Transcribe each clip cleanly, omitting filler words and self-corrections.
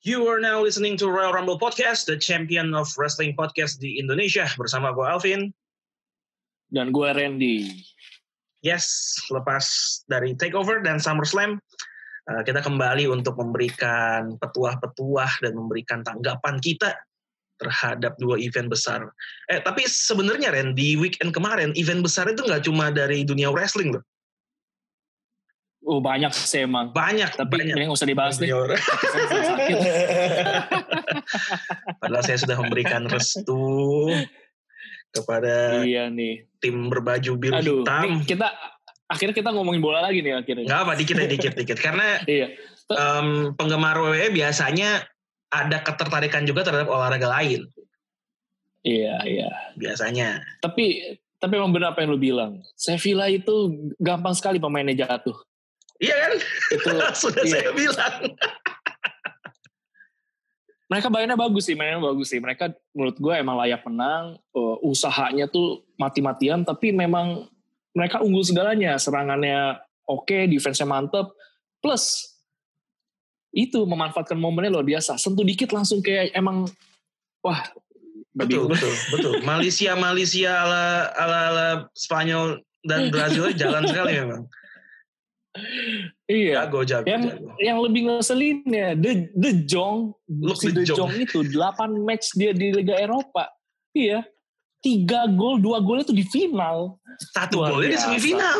You are now listening to Royal Rumble Podcast, the champion of wrestling podcast di Indonesia. Bersama gue Alvin. Dan gue Randy. Yes, lepas dari Takeover dan SummerSlam, kita kembali untuk memberikan petuah-petuah dan memberikan tanggapan kita terhadap dua event besar. Tapi sebenarnya Ren, di weekend kemarin, event besar itu nggak cuma dari dunia wrestling loh. Oh banyak sih emang. Tapi ini nggak usah dibahas deh. Sakit. Padahal saya sudah memberikan restu kepada tim berbaju biru hitam. Akhirnya kita ngomongin bola lagi nih akhirnya. Nggak apa, dikit. Karena penggemar WWE biasanya ada ketertarikan juga terhadap olahraga lain. Iya. Biasanya. Tapi memang benar apa yang lu bilang. Sevilla itu gampang sekali pemainnya jatuh. Iya kan? Itu sudah saya bilang. Mereka mainnya bagus sih. Mereka menurut gue emang layak menang. Usahanya tuh mati-matian, tapi memang mereka unggul segalanya. Serangannya oke, defense-nya mantep. Plus itu memanfaatkan momennya luar biasa. Sentuh dikit langsung kayak emang wah. Betul. Malaysia ala Spanyol dan Brazil jalan sekali memang. Iya. Jago. Yang lebih ngeselin ya De Jong itu 8 match dia di Liga Eropa. Iya. 3 gol, 2 golnya itu di final. 1 golnya di semifinal.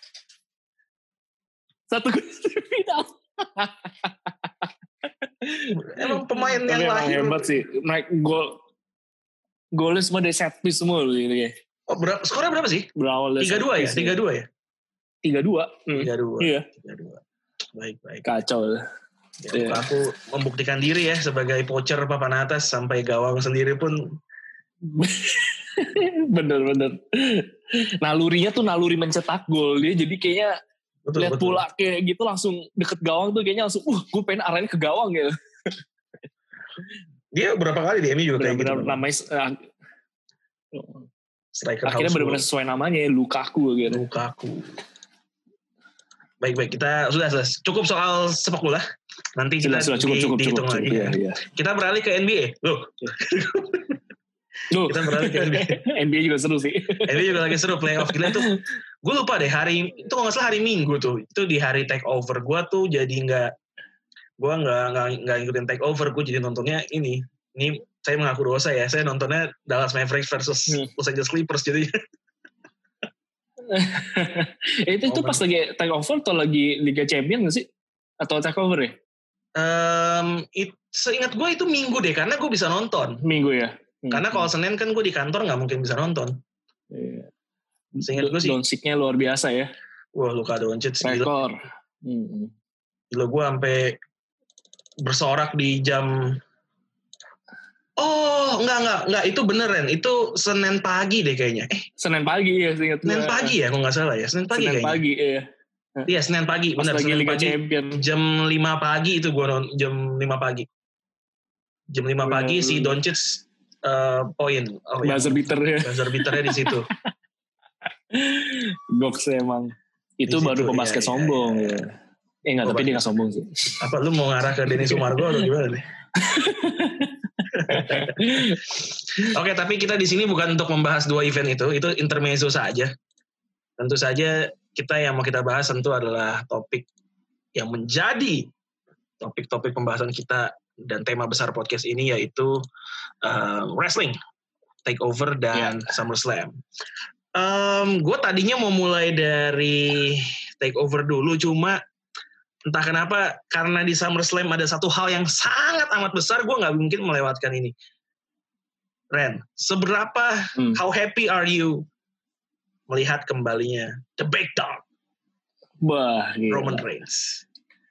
1 gol di semifinal. Emang pemain yang lahir hebat sih. Golnya semua dari set piece semua loh gitu ya. Oh, skornya berapa sih? 3-2 ya? 3-2 ya? 3-2. Iya. 3-2. Baik. Kacau. Ya, aku membuktikan diri ya sebagai poacher papan atas sampai gawang sendiri pun. Bener. Nalurinya tuh naluri mencetak gol dia, jadi kayaknya lihat bola kayak gitu langsung deket gawang tuh kayaknya langsung gue pengen arahnya ke gawang gitu. Dia berapa kali di MU juga kayak gitu. Namanya striker akhirnya benar-benar sesuai namanya Lukaku gitu. Baik, kita sudah cukup soal sepak bola. Nanti kita dihitung lagi. Iya. Kita beralih ke NBA. Kita beralih ke NBA. NBA juga seru sih. NBA juga lagi seru, playoff gila tuh. Gue lupa deh itu kalau nggak salah hari Minggu tuh. Itu di hari Takeover. Gue tuh jadi nggak ngikutin Takeover. Gue jadi nontonnya ini saya mengaku dosa ya. Saya nontonnya Dallas Mavericks versus Los Angeles Clippers jadi. Itu pas lagi Takeover atau lagi Liga Champion nggak sih? Atau Takeover ya? Seingat gue itu Minggu deh, karena gue bisa nonton. Minggu ya? Karena kalau Senin kan gue di kantor nggak mungkin bisa nonton. Iya. Seingat gue sih. Doncic-nya luar biasa ya. Wah, Luka Doncic. Rekor. Gila, gue sampai bersorak di jam. Oh, enggak. Itu beneran. Itu Senin pagi deh kayaknya. Senin pagi ya, seingat gue. Senin pagi ya, kalau nggak salah ya. Senin pagi kayaknya. Pagi, iya. Iya, Senin pagi. Benar, Senin Liga pagi. Champion. Jam 5 pagi itu gue nonton. Jam 5 pagi. Jam 5 pagi si Doncic poin. Buzzer beaternya di situ. Goks emang. Itu baru pembasket sombong. Ya. Enggak, tapi dia nggak sombong sih. Apa lu mau ngarah ke Denny Sumargo atau gimana nih? Oke, tapi kita di sini bukan untuk membahas dua event itu intermezzo saja. Tentu saja yang mau kita bahas tentu adalah topik yang menjadi topik-topik pembahasan kita dan tema besar podcast ini, yaitu wrestling, Takeover dan SummerSlam. Gue tadinya mau mulai dari Takeover dulu, cuma entah kenapa karena di SummerSlam ada satu hal yang sangat amat besar, gue nggak mungkin melewatkan ini. Ren, seberapa how happy are you melihat kembalinya The Big Dog, Roman Reigns?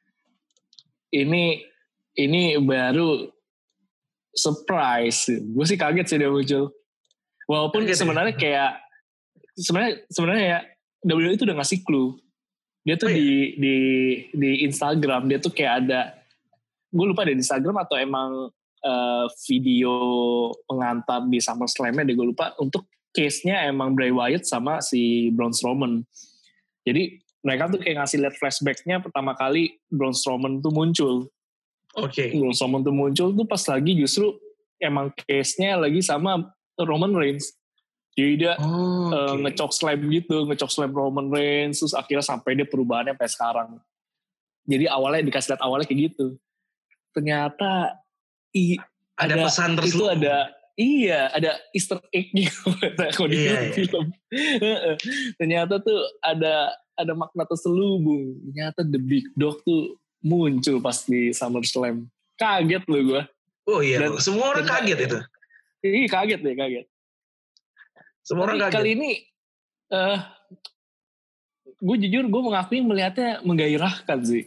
Ini baru surprise. Gue sih kaget sih dia muncul. Walaupun sebenarnya kayak sebenarnya ya WWE itu udah ngasih clue. Dia tuh di Instagram dia tuh kayak ada, gue lupa deh di Instagram atau emang video pengantar di SummerSlam-nya deh, gue lupa. Untuk case-nya emang Bray Wyatt sama si Braun Strowman. Jadi mereka tuh kayak ngasih lihat flashback-nya pertama kali Braun Strowman tuh muncul. Oke. Braun Strowman tuh muncul tuh pas lagi justru emang case-nya lagi sama Roman Reigns. Jadi dia ngechok slam Roman Reigns, terus akhirnya sampai dia perubahannya sampai sekarang. Jadi awalnya dikasih lihat awalnya kayak gitu. Ternyata ada pesan terselubung. Ada Easter egg gitu kalau di film. Ternyata tuh ada makna terselubung. Ternyata The Big Dog tuh muncul pas di SummerSlam. Kaget loh gue. Oh iya, semua orang kaget itu. Iya kaget. Semua orang kaget. Kali ini gue jujur gue mengakui melihatnya menggairahkan sih.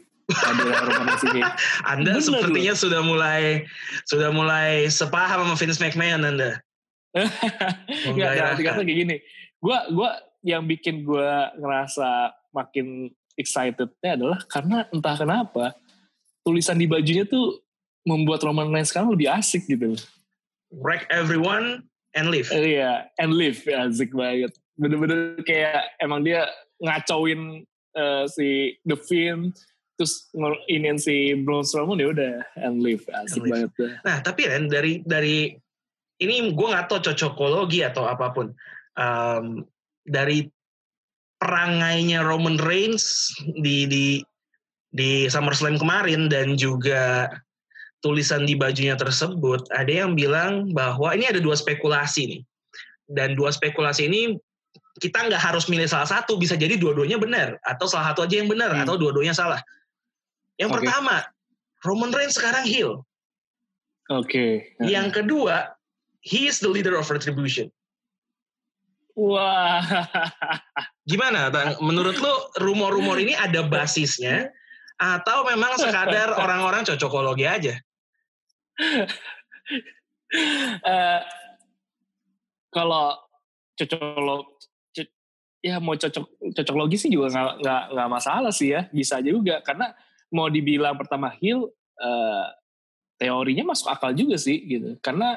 Anda bener sepertinya loh. sudah mulai sepaham sama Vince McMahon Anda. Enggak, kayak gini. Gue yang bikin gue ngerasa makin excitednya adalah karena entah kenapa tulisan di bajunya tuh membuat Roman Reigns sekarang lebih asik gitu. Wreck everyone and live. Iya, and live, asik banget. Bener-bener kayak emang dia ngacauin si The Fiend, terus iniin si Braun Strowman, ya udah and live, asik banget. Nah tapi Ren, dari ini gue nggak tahu cocokologi atau apapun, dari perangainya Roman Reigns di SummerSlam kemarin dan juga tulisan di bajunya tersebut, ada yang bilang bahwa ini ada 2 spekulasi nih, dan 2 spekulasi ini kita nggak harus milih salah satu, bisa jadi dua-duanya benar atau salah satu aja yang benar atau dua-duanya salah. Yang pertama, Roman Reigns sekarang heel. Yang kedua, he is the leader of Retribution. Wah. Gimana, Bang? Menurut lu rumor-rumor ini ada basisnya atau memang sekadar orang-orang cocokologi aja? Kalau mau cocok logis sih juga nggak masalah sih ya, bisa juga karena mau dibilang pertama heel, teorinya masuk akal juga sih gitu, karena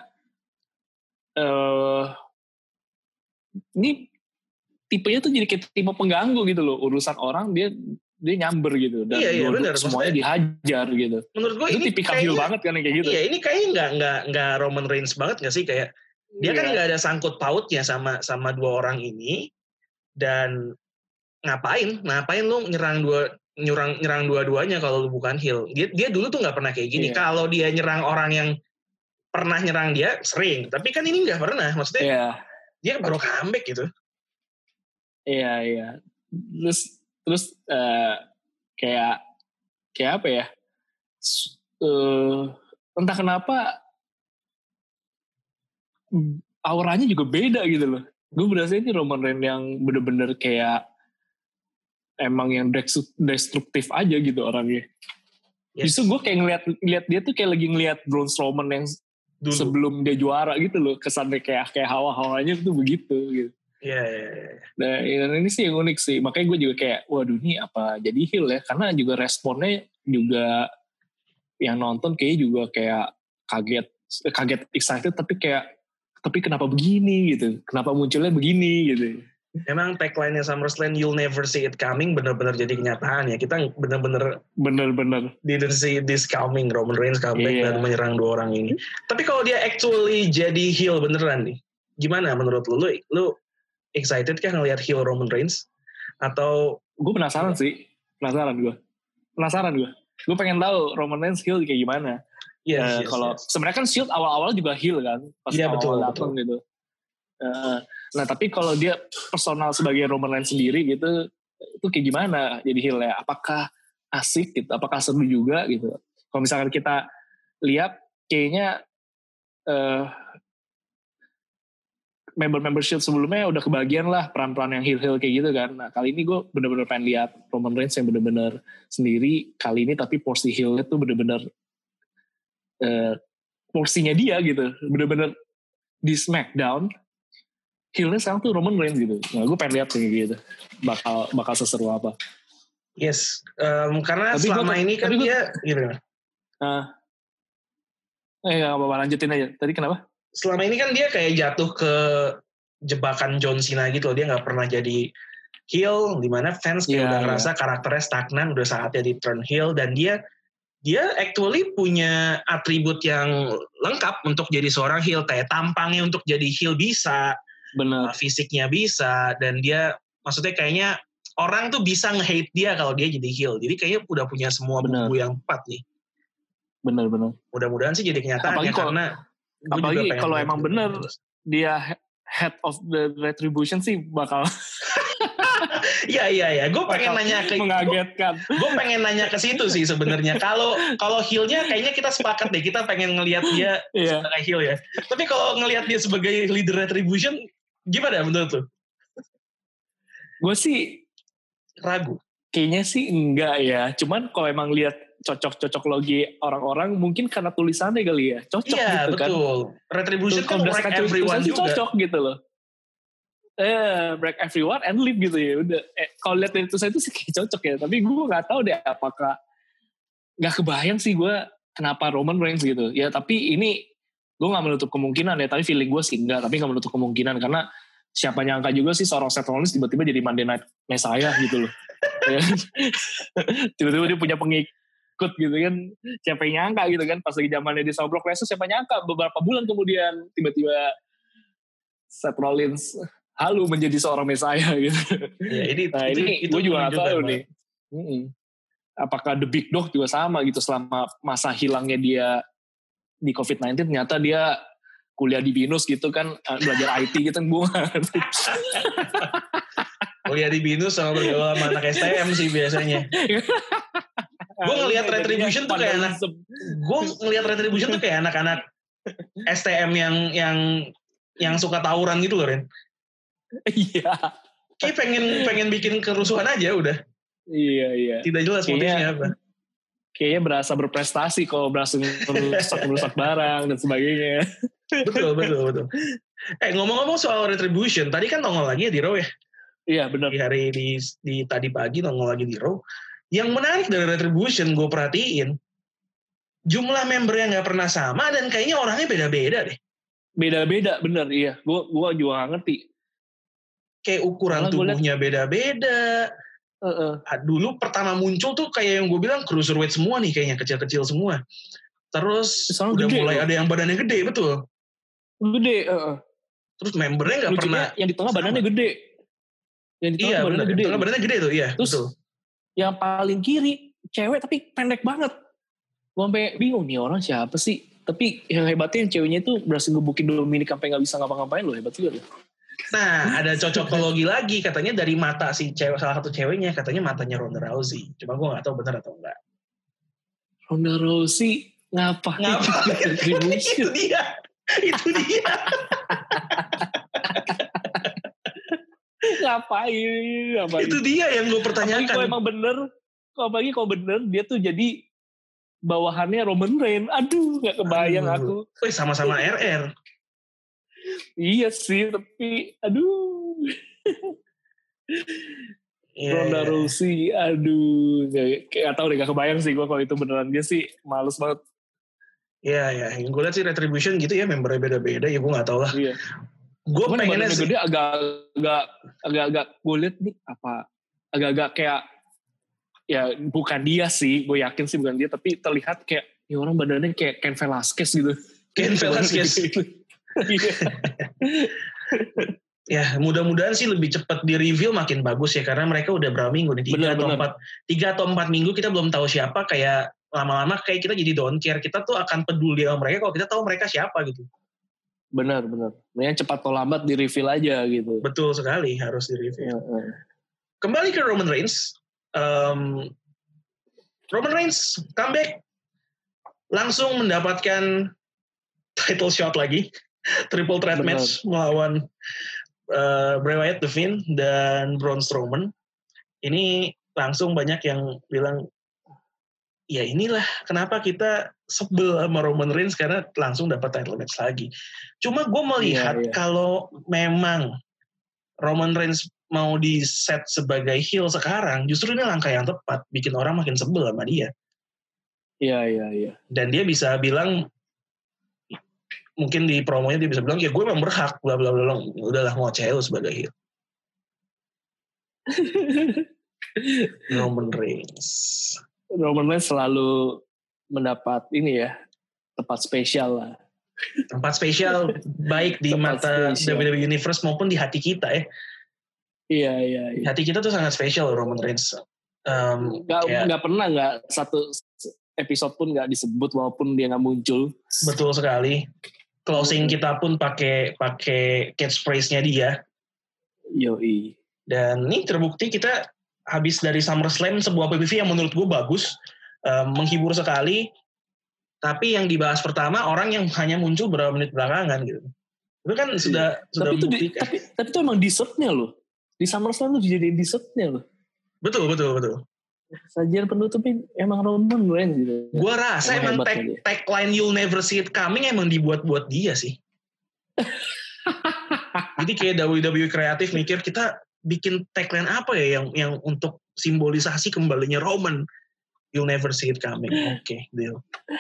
ini tipenya tuh jadi kayak tipe pengganggu gitu loh, urusan orang dia nyamber gitu dan bener, semuanya dihajar gitu. Menurut gue ini tipikal heel banget kan kayak gitu. Iya, ini kayaknya nggak Roman Reigns banget nggak sih, kayak dia kan nggak ada sangkut pautnya sama 2 orang ini, dan ngapain lu nyerang dua-duanya kalau lu bukan heel. Dia dulu tuh nggak pernah kayak gini. Kalau dia nyerang orang yang pernah nyerang dia sering, tapi kan ini nggak pernah, maksudnya dia baru comeback gitu. Iya. Terus kayak apa ya? Entah kenapa auranya juga beda gitu loh. Gue berasa ini Roman Reigns yang bener-bener kayak emang yang destruktif aja gitu orangnya. Justru gue kayak ngeliat dia tuh kayak lagi ngeliat Braun Strowman yang dulu, sebelum dia juara gitu loh. Kesannya kayak hawa-hawanya tuh begitu gitu. Iya. Nah ini sih yang unik sih. Makanya gue juga kayak waduh ini apa jadi heel ya. Karena juga responnya juga yang nonton kayaknya juga kayak kaget excited tapi kenapa begini gitu. Kenapa munculnya begini gitu. Emang tagline-nya SummerSlam "You'll never see it coming" benar-benar jadi kenyataan ya. Kita benar-benar didn't see this coming. Roman Reigns comeback dan menyerang 2 orang ini. Tapi kalau dia actually jadi heel beneran nih, gimana menurut lu? Lu excited kan ngelihat heel Roman Reigns? Atau gue penasaran sih. Penasaran gue. Gue pengen tahu Roman Reigns heel kayak gimana. Kalau sebenarnya kan Shield awal-awal juga heel kan, pas awal datang gitu. Nah tapi kalau dia personal sebagai Roman Reigns sendiri gitu, itu kayak gimana jadi heel ya? Apakah asik gitu? Apakah seru juga gitu? Kalau misalkan kita lihat kayaknya member Shield sebelumnya udah kebagian lah peran-peran yang heel kayak gitu kan. Nah kali ini gue bener-bener pengen lihat Roman Reigns yang bener-bener sendiri kali ini, tapi porsi heelnya tuh bener-bener porsinya dia gitu, bener-bener di SmackDown heelnya sekarang tuh Roman Reigns gitu. Nah gue pengen lihat kayak gitu bakal seseru apa. Yes, karena tapi selama ini kan dia gimana? Gak apa-apa, lanjutin aja. Tadi kenapa? Selama ini kan dia kayak jatuh ke jebakan John Cena gitu loh. Dia gak pernah jadi heel, dimana fans kayak udah ngerasa karakternya stagnan, udah saatnya di turn heel, dan dia dia actually punya atribut yang lengkap untuk jadi seorang heel. Kayak tampangnya untuk jadi heel bisa, fisiknya bisa, dan dia maksudnya kayaknya orang tuh bisa nge-hate dia kalau dia jadi heel. Jadi kayaknya udah punya semua bumbu yang tepat nih. Bener. Mudah-mudahan sih jadi kenyataan ya, karena apalagi kalau emang bener dia head of the retribution sih bakal Iya. Gue pengen nanya mengagetkan. Gue pengen nanya ke situ sih sebenarnya. Kalau heel-nya kayaknya kita sepakat deh. Kita pengen ngelihat dia sebagai heel ya. Tapi kalau ngelihat dia sebagai leader retribution, gimana menurut lu? Gue sih ragu. Kayaknya sih enggak ya. Cuman kalau emang lihat cocok logi orang-orang, mungkin karena tulisannya kali ya. Cocok gitu kan. Iya betul. Retribution kan break everyone juga. Cocok gitu loh. Break everyone and leave gitu ya. Udah. Kalau lihat dari tulisan itu sih kayak cocok ya. Tapi gue gak tahu deh apakah, gak kebayang sih gue kenapa Roman Reigns gitu. Ya tapi ini gue gak menutup kemungkinan ya. Tapi feeling gue sih enggak. Tapi gak menutup kemungkinan. Karena siapa nyangka juga sih seorang Seth Rollins tiba-tiba jadi Monday Night Messiah gitu loh. Tiba-tiba dia punya pengikut gitu kan. Siapa yang nyangka gitu kan. Pas lagi zamannya di Brock Lesnar, siapa nyangka beberapa bulan kemudian tiba-tiba Seth Rollins halu menjadi seorang Messiah gitu. Ya, ini gue juga gak tahu nih. Apakah The Big Dog juga sama gitu selama masa hilangnya dia di COVID-19, ternyata dia kuliah di Binus gitu kan, belajar IT gitu kan. Kuliah di Binus sama bergaul sama anak STM sih biasanya. Gue ngelihat Retribution tuh kayak anak-anak STM yang suka tawuran gitu loh, Ren. Iya. Kayak pengen bikin kerusuhan aja udah. Iya. Tidak jelas motifnya apa. Kayaknya berasa berprestasi kalau berasa merusak barang dan sebagainya. Betul. Ngomong-ngomong soal Retribution, tadi kan nongol lagi ya di Raw ya. Iya benar. Di hari di tadi pagi nongol lagi di Raw. Yang menarik dari Retribution gue perhatiin, jumlah member yang nggak pernah sama dan kayaknya orangnya beda-beda deh. Beda-beda bener iya. Gue juga gak ngerti. Kayak ukuran tubuhnya beda-beda. Dulu pertama muncul tuh kayak yang gue bilang cruiserweight semua nih, kayaknya kecil-kecil semua. Terus udah mulai ada yang badannya gede, betul. Gede. Terus membernya nggak pernah. Yang di tengah badannya gede. Yang di tengah badannya gede. Tengah badannya gede tuh, iya. Terus betul. Yang paling kiri cewek tapi pendek banget. Gue sampai bingung nih orang siapa sih. Tapi yang hebatnya yang ceweknya itu berhasil ngebukin Dominic sampai nggak bisa ngapa-ngapain loh, hebat juga loh. Nah, ada cocokologi lagi katanya dari mata si cewek, salah satu ceweknya katanya matanya Ronda Rousey. Cuma gue nggak tahu benar atau enggak. Ronda Rousey ngapain? Itu dia. Ngapain? Itu dia yang gue pertanyakan. Apalagi kalau bener dia tuh jadi bawahannya Roman Reigns. Aduh, gak kebayang aku. Sama-sama RR. Iya sih, tapi aduh. Ronda Rousey, aduh. Gak tau deh, gak kebayang sih gue kalau itu beneran. Dia sih males banget. Iya. Yang gue lihat sih Retribution gitu ya, membernya beda-beda. Ya gue gak tau lah. Iya. Gue pengennya sih. Gede agak gue lihat nih apa. Agak-agak kayak, ya bukan dia sih, gue yakin sih bukan dia, tapi terlihat kayak ya orang badannya kayak Ken Velasquez gitu. Ken Velasquez. Ya mudah-mudahan sih lebih cepat di reveal makin bagus ya, karena mereka udah berapa minggu nih, 3 atau 4 minggu kita belum tahu siapa. Kayak lama-lama kayak kita jadi don't care, kita tuh akan peduli sama mereka kalau kita tahu mereka siapa gitu. Benar. Mendingan cepat atau lambat di reveal aja gitu. Betul sekali, harus di reveal. Kembali ke Roman Reigns. Roman Reigns comeback, langsung mendapatkan title shot lagi, triple threat match melawan Bray Wyatt, The Fiend, dan Braun Strowman. Ini langsung banyak yang bilang, ya inilah kenapa kita sebel sama Roman Reigns, karena langsung dapat title match lagi. Cuma gue melihat kalau memang Roman Reigns mau di set sebagai heel sekarang, justru ini langkah yang tepat, bikin orang makin sebel sama dia. Iya. Dan dia bisa bilang, mungkin di promonya dia bisa bilang, ya gue memang berhak, bla bla bla, udahlah ngoceh lu sebagai heel. Roman Reigns selalu mendapat ini ya, tempat spesial lah. Tempat spesial baik di mata WWE Universe maupun di hati kita ya. Iya. Hati kita tuh sangat spesial Roman Reigns. Nggak pernah nggak satu episode pun nggak disebut walaupun dia nggak muncul. Betul sekali. Closing kita pun pakai catchphrase-nya dia. Yoi. Dan ini terbukti kita habis dari SummerSlam, sebuah PPV yang menurut gue bagus, menghibur sekali. Tapi yang dibahas pertama orang yang hanya muncul beberapa menit belakangan gitu. Itu kan sudah membuktikan. Tapi itu emang dessert-nya loh. Di SummerSlam tuh jadi dessert-nya loh. Betul. Sajian penutupnya emang Roman Reigns gitu. Gua rasa emang tagline "You'll never see it coming" emang dibuat-buat dia sih. Jadi kayak WWE kreatif mikir kita bikin tagline apa ya yang untuk simbolisasi kembalinya Roman. "You'll never see it coming." Oke, deal.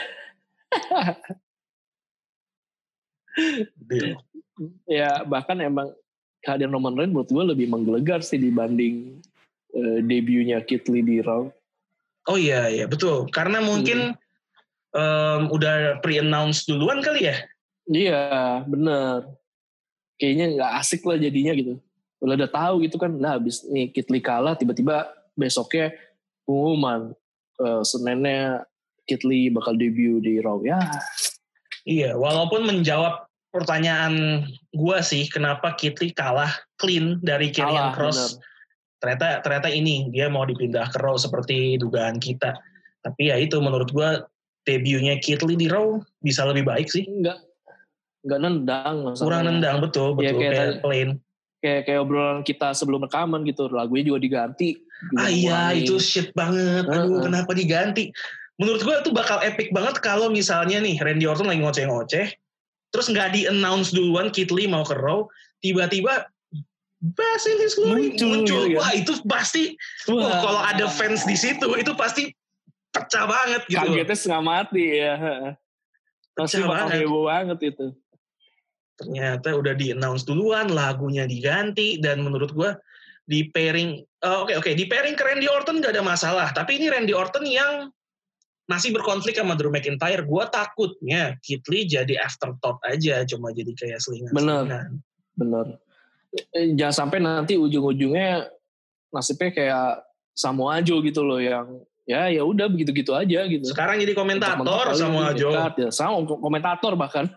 Ya bahkan emang kehadiran Roman Reigns menurut gue lebih menggelegar sih dibanding debutnya Keith Lee di Raw. Oh iya betul. Karena mungkin udah pre-announce duluan kali ya? Iya bener. Kayaknya nggak asik lah jadinya gitu. Udah tahu gitu kan. Nah habis nih Keith Lee kalah tiba-tiba besoknya pengumuman Seninnya Keith Lee bakal debut di Raw ya. Iya, walaupun menjawab pertanyaan gue sih kenapa Keith Lee kalah clean dari Karrion Kross. Ternyata ini dia mau dipindah ke Raw seperti dugaan kita. Tapi ya itu menurut gue debutnya Keith Lee di Raw bisa lebih baik sih. Enggak nendang. Kurang nendang betul ya, kayak plain. Kayak obrolan kita sebelum rekaman gitu, lagunya juga diganti. Iya itu shit banget. Aduh kenapa diganti? Menurut gue tuh bakal epic banget kalau misalnya nih Randy Orton lagi ngoceh-ngoceh, terus nggak di-announce duluan Keith Lee mau ke Raw, tiba-tiba Basilis muncul. Wah itu pasti. Kalau ada fans di situ itu pasti pecah banget gitu. Kagetnya setengah mati ya. Pasti bakal heboh banget itu. Ternyata udah di-announce duluan, lagunya diganti, dan menurut gue di pairing, di pairing ke Randy Orton gak ada masalah. Tapi ini Randy Orton yang masih berkonflik sama Drew McIntyre. Gue takutnya Keith Lee jadi afterthought aja, cuma jadi kayak selingan-selingan. Bener. Jangan sampai nanti ujung-ujungnya nasibnya kayak Samoa Joe gitu loh yang ya udah begitu-gitu aja gitu. Sekarang jadi komentator Samoa Joe. Ya, sama komentator bahkan.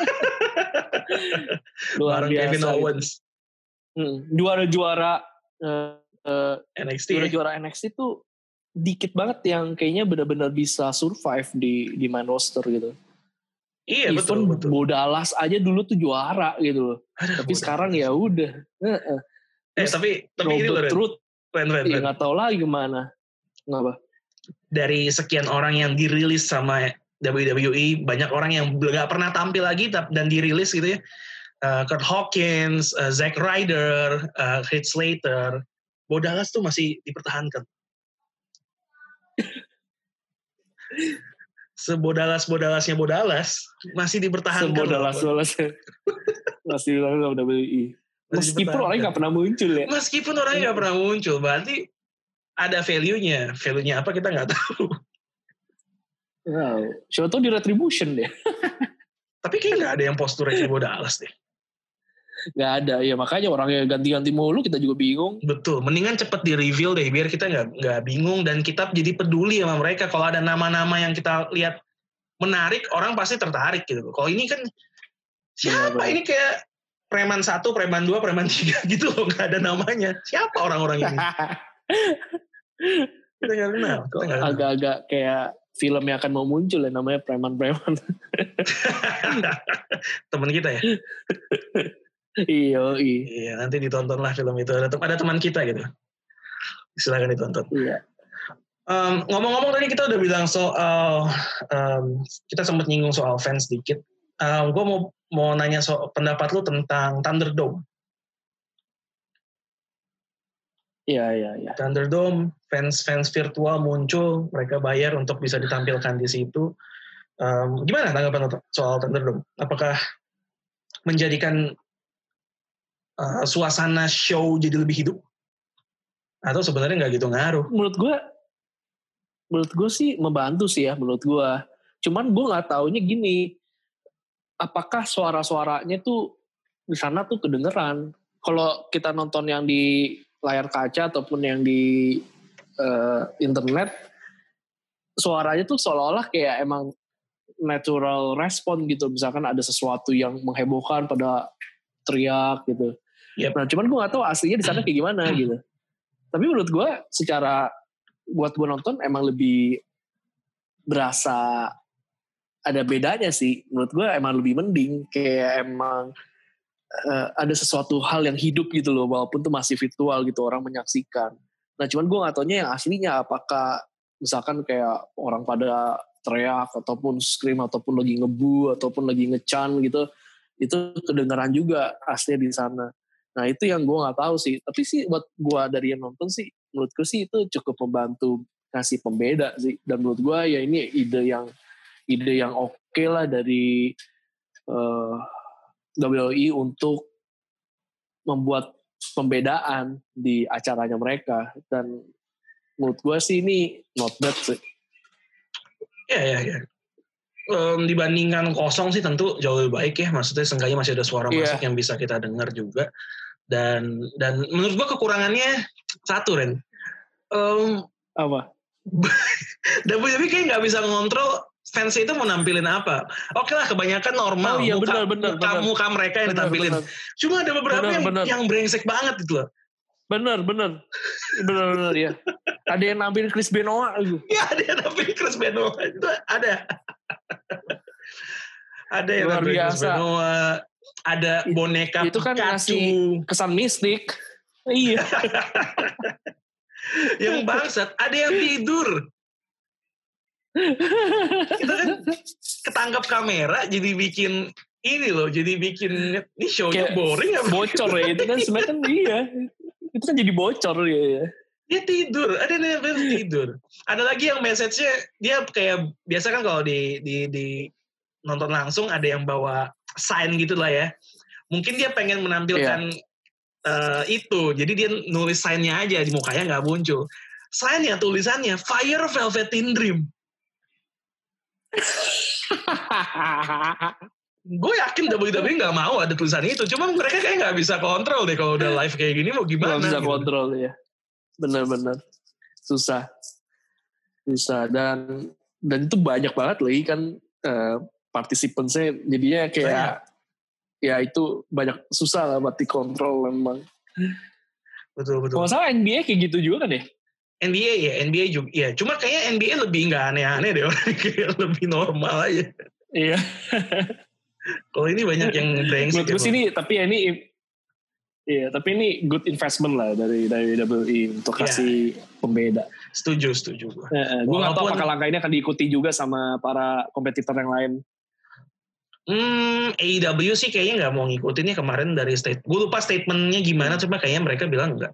Luar biasa. Kevin Owens. Juara NXT. Juara NXT tuh dikit banget yang kayaknya benar-benar bisa survive di main roster gitu. Iya betul. Bodalas aja dulu tuh juara gitu loh. Tapi sekarang ya udah. Tapi ini loh Truth. Ya nggak tahu lagi gimana. Kenapa? Dari sekian orang yang dirilis sama WWE, banyak orang yang nggak pernah tampil lagi dan dirilis gitu ya. Kurt Hawkins, Zack Ryder, Heath Slater, Bodalas tuh masih dipertahankan. Sebodalas-bodalasnya Bodalas masih dipertahankan. Sebodalas-bodalasnya masih dipertahankan WWE. Meskipun orangnya nggak pernah muncul ya. Meskipun orangnya nggak pernah muncul, berarti ada value-nya. Value-nya apa kita nggak tahu. Wow, siapa tahu di Retribution deh. Tapi kayaknya nggak ada yang postur kayak Bodalas deh. Nggak ada, ya makanya orangnya ganti-ganti mulu, kita juga bingung. Betul, mendingan cepet di-reveal deh, biar kita nggak bingung dan kita jadi peduli sama mereka. Kalau ada nama-nama yang kita lihat menarik, orang pasti tertarik gitu. Kalau ini kan, siapa ini kayak Preman 1, Preman 2, Preman 3 gitu loh, nggak ada namanya. Siapa orang-orang ini? Kita nggak kenal. Agak-agak kayak film yang akan mau muncul ya, namanya Preman-Preman. Teman kita ya? Iya, nanti ditontonlah film itu. Ada teman kita gitu. Silakan ditonton. Iya. Ngomong-ngomong tadi kita udah bilang soal kita sempat nyinggung soal fans dikit. Gue mau nanya soal pendapat lu tentang Thunderdome. Iya. Thunderdome, fans virtual muncul, mereka bayar untuk bisa ditampilkan di situ. Gimana tanggapan lu soal Thunderdome? Apakah menjadikan suasana show jadi lebih hidup? Atau sebenarnya nggak gitu ngaruh? Menurut gue menurut gue sih membantu sih ya menurut gue. Cuman gue nggak taunya gini, apakah suara-suaranya tuh di sana tuh kedengeran. Kalau kita nonton yang di layar kaca ataupun yang di internet, suaranya tuh seolah-olah kayak emang natural respon gitu. Misalkan ada sesuatu yang menghebohkan pada teriak gitu. Yep. Nah cuman gue gak tahu aslinya di sana kayak gimana gitu. Tapi menurut gue secara buat gue nonton emang lebih berasa ada bedanya sih. Menurut gue emang lebih mending. Kayak emang ada sesuatu hal yang hidup gitu loh. Walaupun tuh masih virtual gitu orang menyaksikan. Nah cuman gue gak taunya yang aslinya apakah misalkan kayak orang pada teriak ataupun scream ataupun lagi ngebu ataupun lagi ngecan gitu, itu kedengaran juga aslinya di sana. Nah itu yang gue nggak tahu sih. Tapi sih buat gue dari yang nonton sih, menurutku sih itu cukup membantu kasih pembeda sih. Dan menurut gue ya ini ide yang oke lah dari WWE untuk membuat pembedaan di acaranya mereka. Dan menurut gue sih ini not bad sih. Ya. Dibandingkan kosong sih tentu jauh lebih baik ya. Maksudnya seenggaknya masih ada suara masuk yang bisa kita dengar juga. Dan menurut gue kekurangannya satu, Ren. Apa? WWE kayak nggak bisa ngontrol fans itu mau nampilin apa. Oke lah, kebanyakan normal. Muka mereka yang ditampilin. Cuma ada beberapa yang brengsek banget gitu loh. Bener ya. Ada yang nampilin Chris Benoit gitu. Ya, ada yang nampilin Chris Benoit. Itu ada. Ada yang nampilin Chris Benoit. Ada boneka itu kan ngasih kesan mistik. Iya. Yang bangsat, ada yang tidur. Kita kan ketangkap kamera jadi bikin ini loh, jadi bikin ini show-nya boring ya. Bocor ya, itu kan sebenarnya kan iya. Itu kan jadi bocor ya. Dia tidur, ada yang tidur. Ada lagi yang message-nya, dia kayak biasa kan kalau di nonton langsung ada yang bawa sign gitu lah ya. Mungkin dia pengen menampilkan itu, jadi dia nulis sign-nya aja, di mukanya nggak muncul. Sign-nya, tulisannya, Fire Velvet in Dream. Gue yakin WWE nggak mau ada tulisan itu, cuma mereka kayak nggak bisa kontrol deh kalau udah live kayak gini mau gimana. Nggak bisa kontrol ya, benar-benar susah dan itu banyak banget lagi kan partisipansnya, jadinya kayak ya itu banyak susah lah buat dikontrol memang. Betul. Kalau salah NBA kayak gitu juga kan ya? NBA juga, ya. Cuma kayaknya NBA lebih nggak aneh-aneh deh, orang kayak lebih normal aja. Iya. Kalau ini banyak yang brengsek. Menurut gue sih ini, tapi ini good investment lah dari WWE untuk kasih pembeda. Setuju. Gue nggak tahu apakah langkah ini akan diikuti juga sama para kompetitor yang lain. AEW sih kayaknya nggak mau ngikutinnya kemarin dari gue lupa statementnya gimana, cuma kayaknya mereka bilang enggak.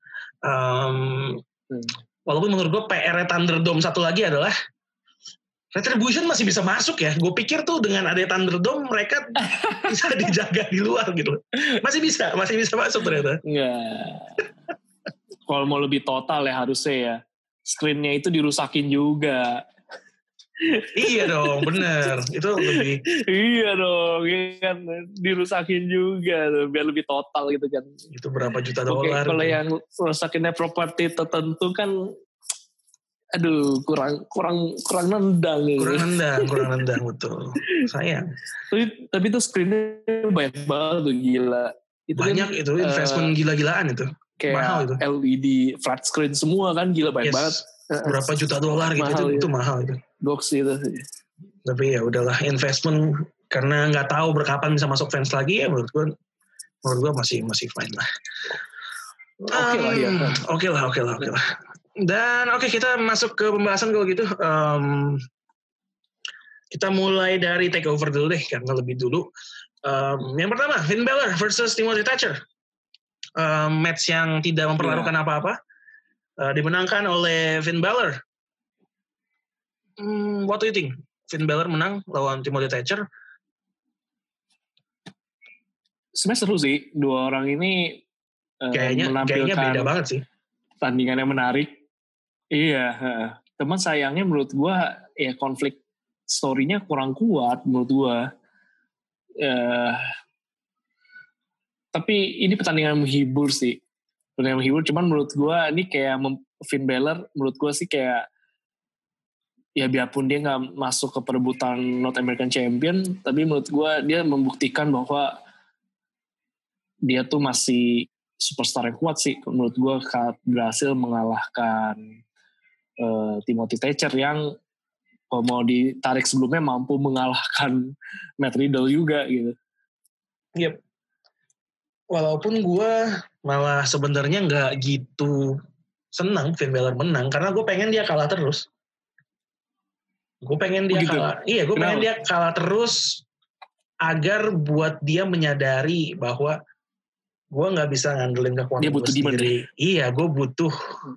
Walaupun menurut gue PR Thunderdome satu lagi adalah Retribution masih bisa masuk ya. Gue pikir tuh dengan ada Thunderdome mereka bisa dijaga di luar gitu. Masih bisa masuk ternyata. Enggak. Kalau mau lebih total ya harusnya ya. Screen-nya itu dirusakin juga. Iya dong, bener. Itu lebih. Iya dong, kan dirusakin juga tuh, biar lebih total gitu kan. Itu berapa juta dolar? Kalau yang rusakinnya properti tertentu kan, aduh kurang nendang. Kurang nendang betul. Sayang. Tapi itu screennya banyak banget tuh, gila. Itu banyak kan, itu investment gila-gilaan itu. Kayak mahal itu. LED flat screen semua kan, gila banyak banget. Berapa juta dolar gitu, itu mahal itu. Goks itu. Tapi ya udahlah, investment karena nggak tahu berkapan bisa masuk fans lagi ya, menurut gue masih fine lah. Oke lah. Dan kita masuk ke pembahasan kalau gitu. Kita mulai dari takeover dulu deh, karena lebih dulu. Yang pertama, Finn Balor versus Timothy Thatcher. Match yang tidak mempertaruhkan apa-apa. Dimenangkan oleh Finn Balor. What do you think? Finn Balor menang lawan Timothy Thatcher. Sebenarnya seru sih, dua orang ini kayaknya beda banget sih. Tandingannya menarik. Iya. Teman sayangnya menurut gue ya konflik story-nya kurang kuat menurut gue. Tapi ini pertandingan menghibur sih. Pertandingan menghibur, cuman menurut gue ini kayak Finn Balor menurut gue sih kayak ya biarpun dia gak masuk ke perebutan North American Champion, tapi menurut gue dia membuktikan bahwa dia tuh masih superstar yang kuat sih. Menurut gue berhasil mengalahkan Timothy Thatcher yang kalau mau ditarik sebelumnya mampu mengalahkan Matt Riddle juga gitu. Yep. Walaupun gue malah sebenarnya nggak gitu senang Finn Balor menang karena gue pengen dia kalah terus. Gue pengen dia kalah. Iya, gue pengen dia kalah terus agar buat dia menyadari bahwa gue nggak bisa ngandelin kekuatan gue sendiri. Iya, gue butuh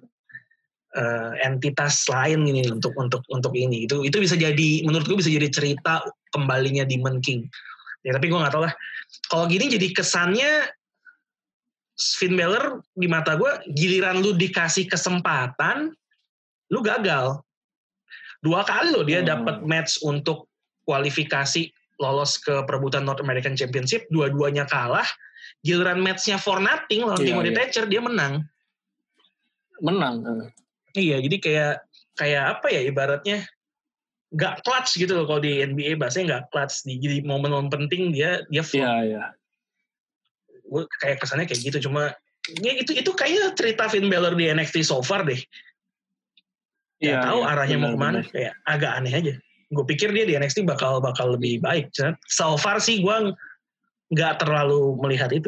entitas lain ini untuk ini. Itu bisa jadi, menurut gue bisa jadi cerita kembalinya Demon King. Ya, tapi gue nggak tahu lah. Kalau gini jadi kesannya Finn Balor di mata gue, giliran lu dikasih kesempatan, lu gagal. 2 kali loh dia dapat match untuk kualifikasi lolos ke perebutan North American Championship, 2-duanya kalah. Giliran matchnya for nothing lawan Timothy Thatcher, dia menang. Iya, jadi kayak apa ya ibaratnya nggak clutch gitu loh kalau di NBA bahasanya nggak clutch. Jadi momen-momen penting dia flop. Iya. Gue kayak kesannya kayak gitu, cuma ya itu kayaknya cerita Finn Balor di NXT so far deh. Gak tahu arahnya mau kemana, kayak agak aneh aja. Gue pikir dia di NXT bakal lebih baik. So far sih gue nggak terlalu melihat itu.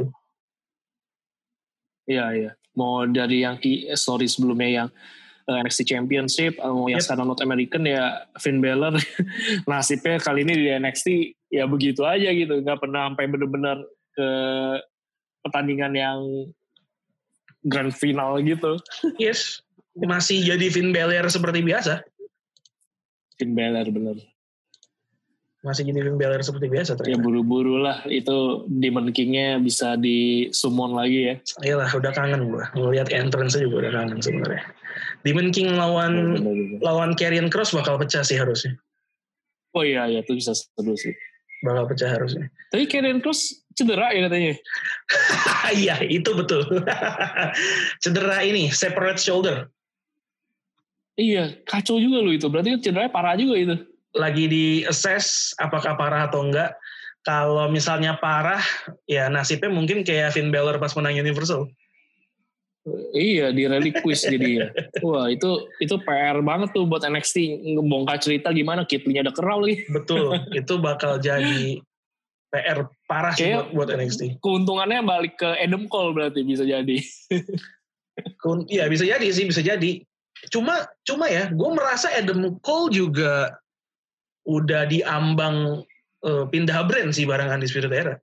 Iya. Mau dari yang story sebelumnya yang NXT Championship, mau yang sekarang North American ya Finn Balor nasibnya kali ini di NXT ya begitu aja gitu. Nggak pernah sampai benar-benar ke pertandingan yang grand final gitu. Yes. Masih jadi Finn Balor seperti biasa. Finn Balor bener. Masih jadi Finn Balor seperti biasa ternyata. Ya buru-buru lah itu Demon King-nya bisa di-summon lagi ya. Iyalah udah kangen gue. Ngeliat entrance juga udah kangen sebenarnya. Demon King lawan Karrion Kross bakal pecah sih harusnya. Oh iya itu bisa seru sih. Bakal pecah harusnya. Tapi Karrion Kross cedera ya katanya. Iya itu betul. Cedera ini separate shoulder. Iya, kacau juga loh itu. Berarti cederanya parah juga itu. Lagi di-assess apakah parah atau enggak. Kalau misalnya parah, ya nasibnya mungkin kayak Finn Balor pas menang Universal. Iya, di relinquish jadi ya. Wah, itu PR banget tuh buat NXT. Ngebongkar cerita gimana, Kipling ada kerau lagi. Betul, itu bakal jadi PR parah sih buat NXT. Keuntungannya balik ke Adam Cole berarti bisa jadi. Iya, bisa jadi sih, bisa jadi. Cuma ya, gue merasa Adam Cole juga udah diambang pindah brand sih barengan di Undisputed Era.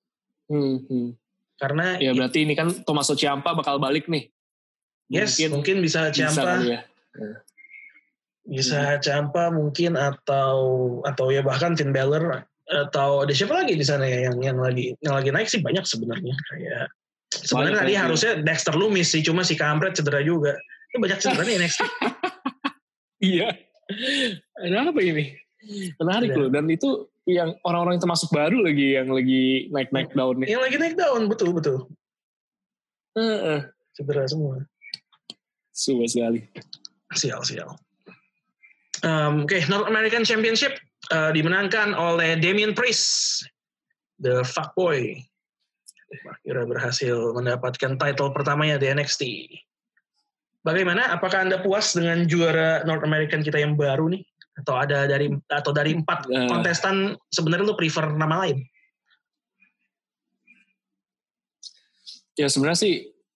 Karena ya berarti ini kan Tommaso Ciampa bakal balik nih. Yes, mungkin bisa Ciampa. Bisa Ciampa mungkin atau ya bahkan Finn Balor atau ada siapa lagi di sana ya yang lagi naik sih banyak sebenarnya. Kayak sebenarnya tadi harusnya Dexter Lumis sih, cuma si kampret cedera juga. Itu banyak cedera nih NXT. Iya. Ada apa ini? Menarik loh. Dan itu yang orang-orang yang termasuk baru lagi yang lagi naik daun nih. Yang lagi naik daun, betul. Cedera semua. Suwe sekali. Sial. Oke, North American Championship dimenangkan oleh Damian Priest, the fuckboy. Akhirnya berhasil mendapatkan title pertamanya di NXT. Bagaimana? Apakah Anda puas dengan juara North American kita yang baru nih? Atau dari 4 kontestan sebenarnya lu prefer nama lain? Ya sebenarnya sih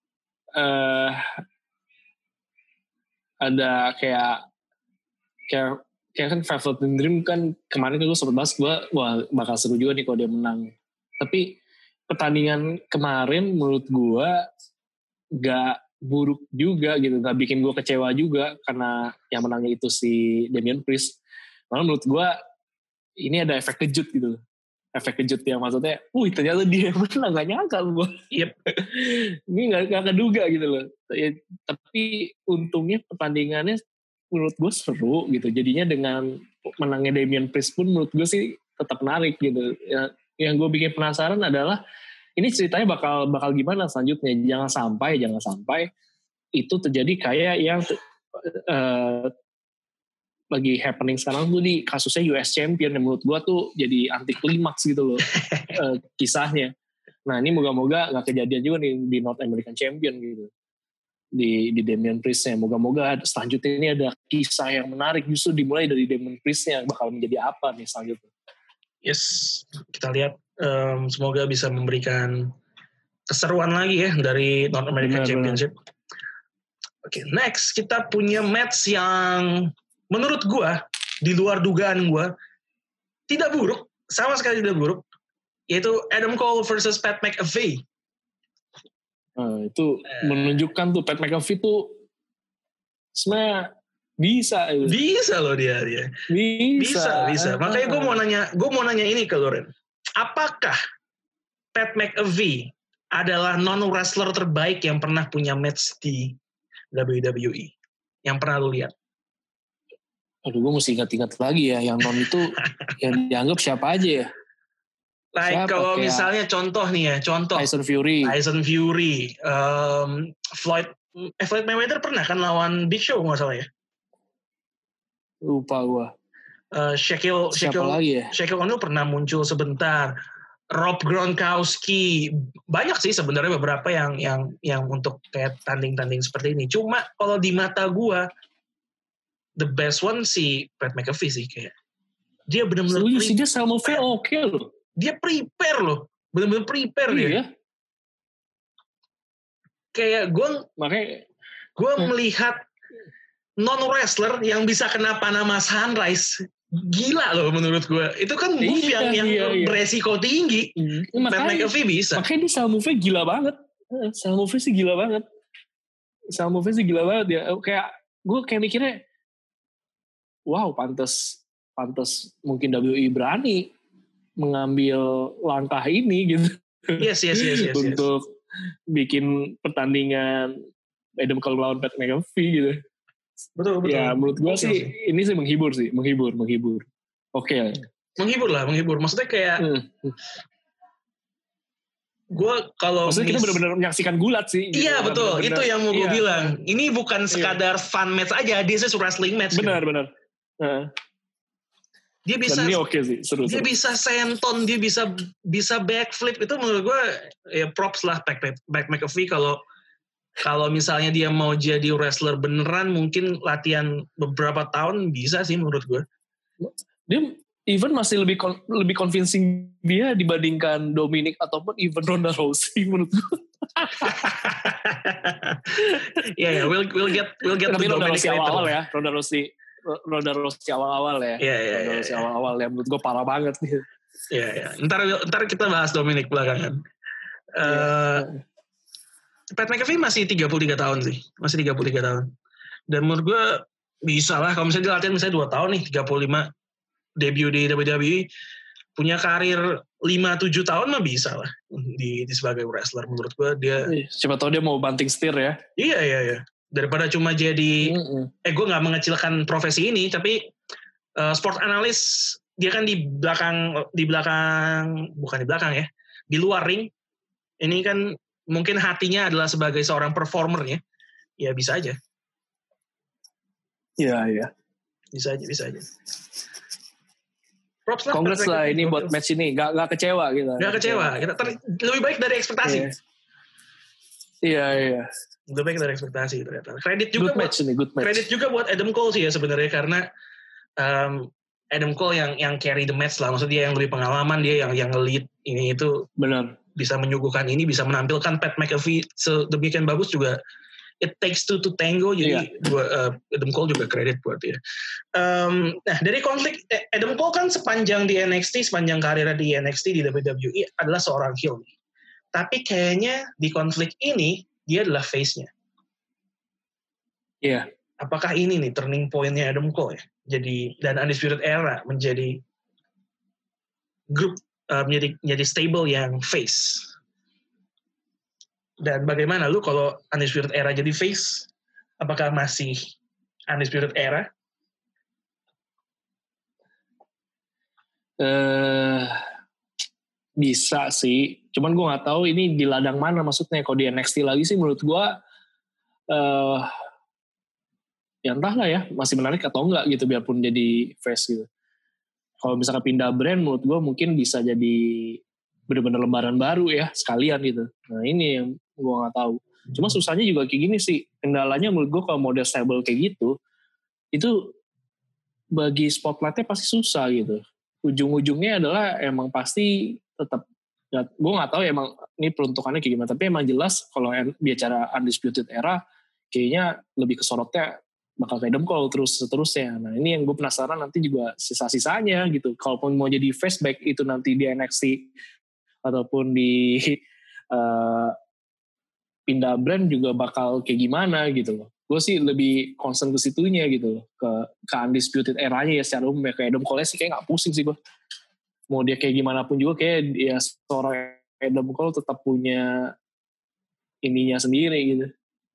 ada kayak kan Velvet Dream kan kemarin gue sempat bahas wah bakal seru juga nih kalau dia menang. Tapi pertandingan kemarin menurut gue gak buruk juga gitu, gak bikin gue kecewa juga karena yang menangnya itu si Damian Priest. Malah menurut gue ini ada efek kejut gitu, efek kejut yang maksudnya, ternyata dia menang, gak nyangka gue. Yep. Ini gak keduga gitu loh. Tapi untungnya pertandingannya menurut gue seru gitu. Jadinya dengan menangnya Damian Priest pun menurut gue sih tetap menarik gitu. Ya, yang gue bikin penasaran adalah ini ceritanya bakal gimana selanjutnya. Jangan sampai itu terjadi kayak yang lagi happening sekarang tuh di kasusnya US Champion yang menurut gue tuh jadi anti klimaks gitu loh kisahnya. Nah ini moga-moga gak kejadian juga nih di North American Champion gitu. Di Damian Priest-nya. Moga-moga selanjutnya ini ada kisah yang menarik justru dimulai dari Damian Priest-nya bakal menjadi apa nih selanjutnya. Yes, kita lihat semoga bisa memberikan keseruan lagi ya dari North American Championship. Oke, next kita punya match yang menurut gua di luar dugaan gua tidak buruk, sama sekali tidak buruk, yaitu Adam Cole versus Pat McAfee. Itu menunjukkan tuh Pat McAfee tuh sebenarnya bisa loh dia. Bisa. Makanya gue mau nanya ini ke Loren. Apakah Pat McAfee adalah non wrestler terbaik yang pernah punya match di WWE? Yang pernah lu lihat? Aduh, gue mesti ingat-ingat lagi ya. Yang non itu yang dianggap siapa aja ya? Like kalau misalnya contoh Tyson Fury, Floyd Mayweather pernah kan lawan Big Show nggak salah ya? Lupa gue. Shaquille O'Neal pernah muncul sebentar. Rob Gronkowski, banyak sih sebenarnya beberapa yang untuk kayak tanding-tanding seperti ini. Cuma kalau di mata gue, the best one si Pat McAfee sih kayak. Dia benar-benar dia sama Phil oke loh. Dia prepare loh, benar-benar prepare dia. Kayak gue melihat non wrestler yang bisa kena Panama Sunrise, gila loh menurut gue. Itu kan move yang beresiko tinggi. Pat McAfee bisa. Makanya dia sama move-nya gila banget. Sama move-nya sih gila banget ya. Kayak gue kayak mikirnya, wow pantas mungkin WWE berani mengambil langkah ini gitu. Yes. Untuk bikin pertandingan Adam Cole lawan Pat McAfee gitu. Betul. Ya menurut gue sih ini sih menghibur. Oke. Menghibur. Maksudnya kayak gue kalau maksudnya kita benar-benar menyaksikan gulat sih. Iya gitu. Betul. Itu yang mau gue bilang. Ini bukan sekadar fun match aja. This is wrestling match. Benar. Dia bisa. Dan ini oke sih. Seru. Dia bisa senton. Dia bisa backflip. Itu menurut gue ya props lah Pat McAfee kalau misalnya dia mau jadi wrestler beneran mungkin latihan beberapa tahun bisa sih menurut gue. Dia even masih lebih convincing dia dibandingkan Dominic ataupun even Ronda Rousey menurut gue. Yeah, we'll get to Dominic awal-awal ya. Ronda Rousey awal-awal ya. Ronda Rousey awal-awal ya menurut gue parah banget nih. Iya. Ntar kita bahas Dominic belakangan. Pat McAfee masih 33 tahun sih. Masih 33 tahun. Dan menurut gue bisa lah. Kalau misalnya dia latihan misalnya 2 tahun nih. 35 debut di WWE. Punya karir 5-7 tahun mah bisa lah. Di sebagai wrestler. Menurut gue dia. Siapa tahu dia mau banting setir ya. Iya. Daripada cuma jadi. Gue gak mengecilkan profesi ini. Tapi sport analis. Dia kan di belakang. Bukan di belakang ya. Di luar ring. Ini kan. Mungkin hatinya adalah sebagai seorang performer ya bisa aja. Iya. Bisa aja. Props lah. Congrats lah ini buat match ini, gak kecewa gitu. Gak kecewa, kita lebih baik dari ekspektasi. Iya. Lebih baik dari ekspektasi ternyata. Kredit juga good match. Kredit juga buat Adam Cole sih ya sebenarnya karena Adam Cole yang carry the match lah, maksudnya dia yang lebih pengalaman, dia yang nge-lead ini itu. Benar. Bisa menyuguhkan ini, bisa menampilkan Pat McAfee sedemikian bagus juga. It takes two to tango, jadi Adam Cole juga kredit buat dia. Nah dari konflik Adam Cole kan sepanjang di NXT, sepanjang karirnya di NXT di WWE adalah seorang heel. Tapi kayaknya di konflik ini dia adalah face-nya. Iya. Apakah ini nih turning point-nya Adam Cole ya? Jadi dan Undisputed Era menjadi grup menjadi stable yang face. Dan bagaimana lu kalau Undisputed Era jadi face? Apakah masih Undisputed Era? Bisa sih, cuman gue nggak tahu ini di ladang mana maksudnya. Kalau di NXT lagi sih menurut gue ya entahlah ya, masih menarik atau enggak gitu biarpun jadi face gitu. Kalau misalkan pindah brand menurut gue mungkin bisa jadi benar-benar lembaran baru ya sekalian gitu. Nah ini yang gue nggak tahu. Cuma susahnya juga kayak gini sih, kendalanya menurut gue kalau model stable kayak gitu itu bagi spotlightnya pasti susah gitu. Ujung-ujungnya adalah emang pasti tetap, ya, gue nggak tahu ya emang ini peruntukannya kayak gimana, tapi emang jelas kalau bicara Undisputed Era kayaknya lebih kesorotnya bakal kayak Adam Cole terus-terusnya. Nah ini yang gue penasaran nanti juga sisa-sisanya gitu, kalaupun mau jadi face back itu nanti di NXT ataupun di pindah brand juga bakal kayak gimana gitu loh. Gue sih lebih concern ke situnya gitu loh, ke Undisputed Eranya ya secara umum ya. Kayak Adam Cole sih kayak gak pusing sih gue. Mau dia kayak gimana pun juga kayak dia seorang Adam Cole tetap punya ininya sendiri gitu.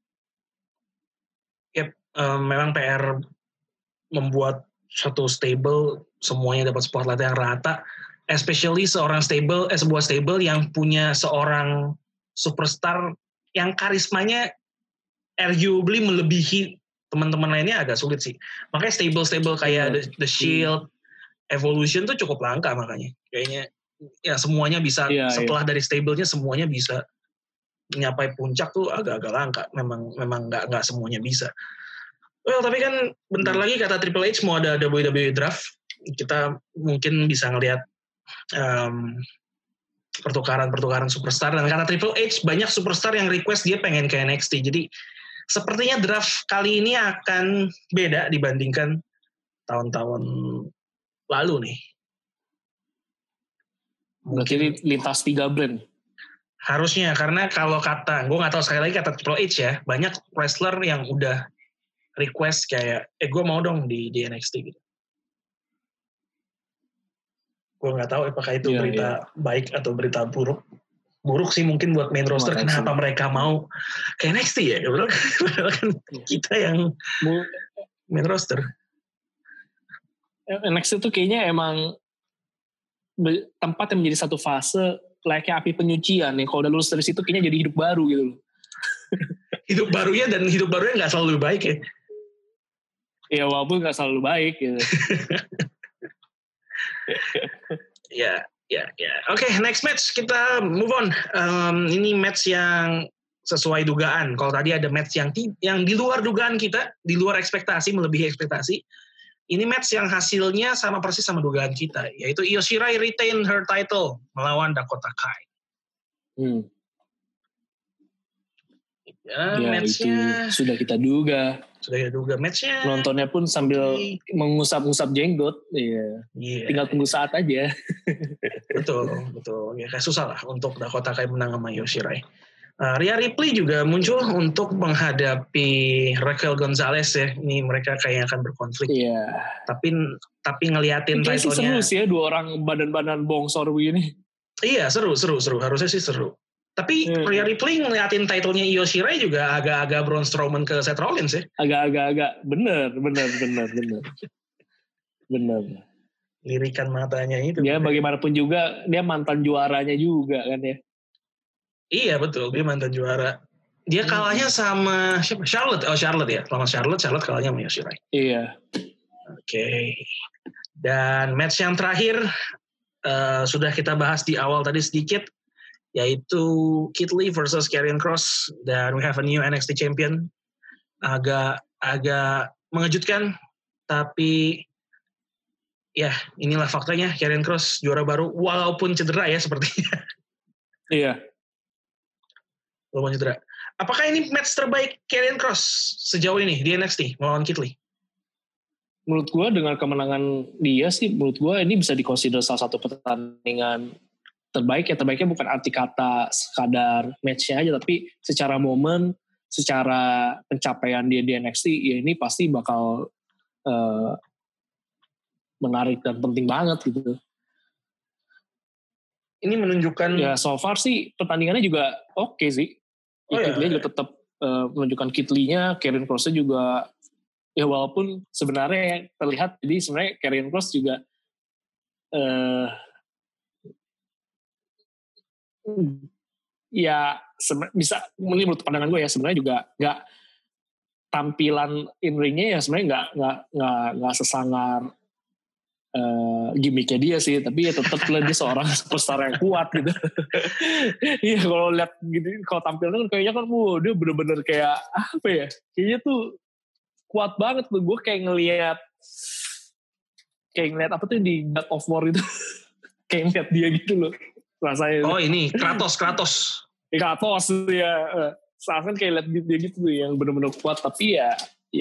Yep, memang PR membuat satu stable semuanya dapat spotlight yang rata, especially sebuah stable yang punya seorang superstar yang karismanya arguably melebihi teman-teman lainnya agak sulit sih. Makanya stable kayak The Shield, Evolution tuh cukup langka makanya. Kayaknya ya semuanya bisa setelah dari stablenya semuanya bisa menyapai puncak tuh agak-agak langka. Memang nggak semuanya bisa. Well, tapi kan bentar lagi kata Triple H mau ada WWE Draft. Kita mungkin bisa ngelihat pertukaran superstar. Dan kata Triple H banyak superstar yang request dia pengen ke NXT. Jadi sepertinya draft kali ini akan beda dibandingkan tahun-tahun lalu nih. Mungkin lintas 3 brand. Harusnya, karena kalau gue nggak tahu, sekali lagi kata Triple H ya, banyak wrestler yang udah request kayak, gue mau dong di NXT gitu. Gue nggak tahu apakah itu berita baik atau berita buruk. Buruk sih mungkin buat main roster, kenapa mereka mau ke NXT ya? Padahal kan kita yang main roster. NXT itu kayaknya emang tempat yang menjadi satu fase layaknya api penyucian nih. Kalau udah lulus dari situ kayaknya jadi hidup baru gitu loh. hidup barunya nggak selalu baik ya. Ya walaupun nggak selalu baik gitu. Ya. Oke, next match kita move on. Ini match yang sesuai dugaan. Kalau tadi ada match yang di luar dugaan kita, di luar ekspektasi, melebihi ekspektasi. Ini match yang hasilnya sama persis sama dugaan kita, yaitu Io Shirai retain her title melawan Dakota Kai. Matchnya itu sudah kita duga. Matchnya. Nontonnya pun sambil mengusap-usap jenggot. Tinggal tunggu saat aja. Betul. Ya, kayak susah lah untuk Dakota Kai menang sama Io Shirai. Rhea Ripley juga muncul untuk menghadapi Raquel Gonzalez ya. Ini mereka kayaknya akan berkonflik. Iya. Tapi ngeliatin title-nya. Seru sih ya, 2 orang badan-badan bongsor begini. Iya, seru. Harusnya sih seru. Tapi Rhea Ripley ngeliatin title-nya Io Shirai juga agak-agak Braun Strowman ke Seth Rollins ya. Agak-agak. Bener. Lirikan matanya itu. Dia bagaimanapun juga, dia mantan juaranya juga kan ya. Iya betul, dia mantan juara. Dia kalahnya sama siapa? Charlotte ya. Charlotte kalahnya sama Io Shirai. Iya. Oke. Dan match yang terakhir sudah kita bahas di awal tadi sedikit, yaitu Keith Lee versus Karrion Kross, dan we have a new NXT champion. Agak mengejutkan, tapi ya inilah faktanya, Karrion Kross juara baru walaupun cedera ya sepertinya. Iya. Walaupun cedera. Apakah ini match terbaik Karrion Kross sejauh ini di NXT melawan Keith Lee? Menurut gue dengan kemenangan dia sih, menurut gue ini bisa dikonsider salah satu pertandingan terbaik. Ya terbaiknya bukan arti kata sekadar matchnya aja, tapi secara momen, secara pencapaian dia di NXT, ya ini pasti bakal menarik dan penting banget gitu. Ini menunjukkan, ya so far sih pertandingannya juga oke sih. Keith Lee juga tetap menunjukkan Keith Lee-nya, Karrion Kross-nya juga ya walaupun sebenarnya terlihat jadi sebenarnya Karrion Kross juga ya bisa menurut pandangan gue ya sebenarnya juga nggak tampilan in ringnya ya sebenarnya nggak sesangar gimmicknya dia sih, tapi ya tetap lah dia seorang superstar yang kuat gitu. Iya kalau lihat gitu, kalau tampilnya kan kayaknya kan, dia bener-bener kayak apa ya? Kayaknya tuh kuat banget tuh. Gue kayak ngelihat apa tuh di God of War itu, kayak ngeliat dia gitu loh rasanya. Oh ini Kratos. Kratos ya. Saat kan kayak lihat dia gitu tuh yang bener-bener kuat, tapi ya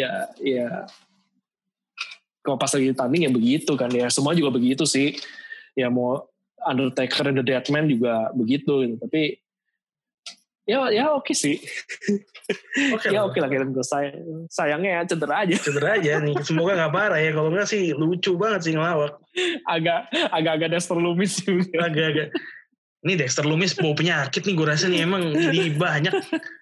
kalau pas lagi tanding ya begitu kan ya, semua juga begitu sih ya, mau Undertaker and the Deadman juga begitu gitu. Tapi ya oke sih. Ya oke lah, kira-kira sayangnya ya cedera aja nih, semoga gak parah ya, kalau enggak sih lucu banget sih ngelawak. agak Dexter Lumis juga. Agak ini Dexter Lumis bawa penyakit nih gue rasa nih, emang jadi banyak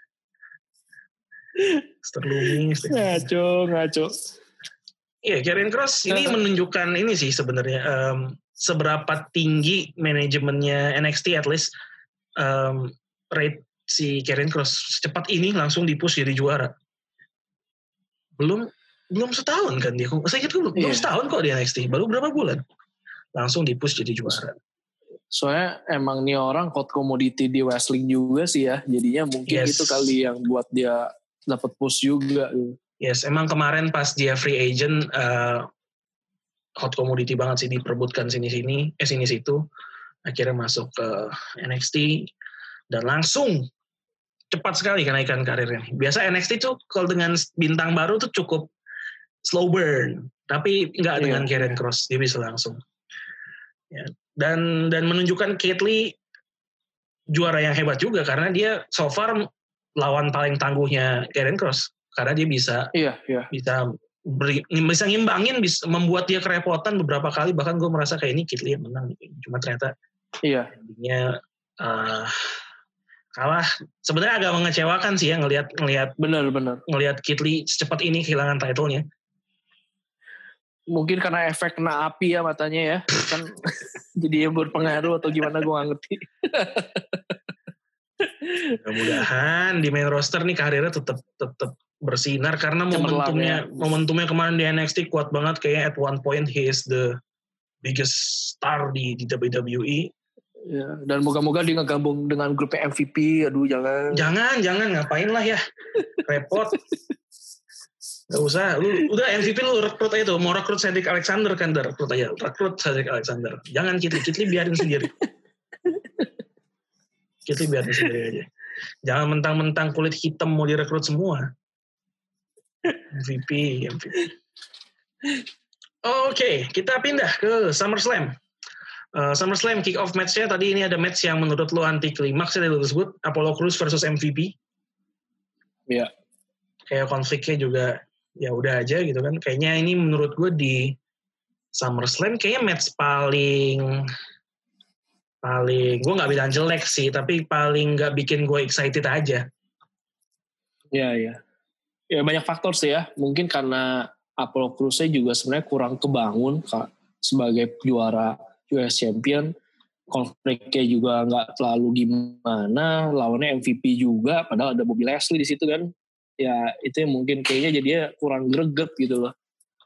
Dexter Lumis ngaco. Iya, Karrion Kross ini menunjukkan ini sih sebenarnya, seberapa tinggi manajemennya NXT at least rate si Karrion Kross secepat ini langsung di-push jadi juara. Belum setahun kan dia. Saya kira belum setahun kok di NXT, baru berapa bulan langsung di-push jadi juara. Soalnya emang nih orang hot commodity di wrestling juga sih ya, jadinya mungkin itu kali yang buat dia dapat push juga. Yes, emang kemarin pas dia free agent hot commodity banget sih, diperebutkan sini-situ. Akhirnya masuk ke NXT dan langsung cepat sekali kenaikan karirnya. Biasa NXT tuh kalau dengan bintang baru tuh cukup slow burn, tapi enggak dengan Karrion Kross, dia bisa langsung. Ya. Dan menunjukkan Keith Lee juara yang hebat juga, karena dia so far lawan paling tangguhnya Karrion Kross, karena dia bisa bisa ngimbangin, bisa membuat dia kerepotan beberapa kali, bahkan gue merasa kayak ini Keith Lee yang menang, cuma ternyata endingnya kalah. Sebenarnya agak mengecewakan sih ya ngelihat Keith Lee secepat ini kehilangan title-nya. Mungkin karena efek kena api ya matanya ya, kan jadi berpengaruh atau gimana gue nggak ngerti. Mudah-mudahan di main roster nih karirnya tetap bersinar, karena momentumnya kemarin di NXT kuat banget, kayak at one point he is the biggest star di WWE. Ya, dan moga-moga dia ngegabung dengan grupnya MVP. Aduh jangan ngapain lah ya, repot. Gak usah, lu udah MVP lu rekrut aja tuh, mau rekrut Cedric Alexander kan, rekrut Cedric Alexander. Jangan Keith Lee biarin sendiri. Keith Lee biarin sendiri aja. Jangan mentang-mentang kulit hitam mau direkrut semua. MVP. Oke, kita pindah ke SummerSlam. SummerSlam kick-off match-nya tadi, ini ada match yang menurut lo anti klimaks ya, disebut Apollo Crews versus MVP. Iya. Kayak konfliknya juga ya udah aja gitu kan. Kayaknya ini menurut gue di SummerSlam kayaknya match paling gue nggak bilang jelek sih, tapi paling nggak bikin gue excited aja. Iya. Ya banyak faktor sih ya. Mungkin karena Apollo Crews-nya juga sebenarnya kurang kebangun sebagai juara US Champion. Konfliknya juga nggak terlalu gimana. Lawannya MVP juga, padahal ada Bobby Lashley di situ kan. Ya itu yang mungkin kayaknya jadinya kurang greget gitu loh.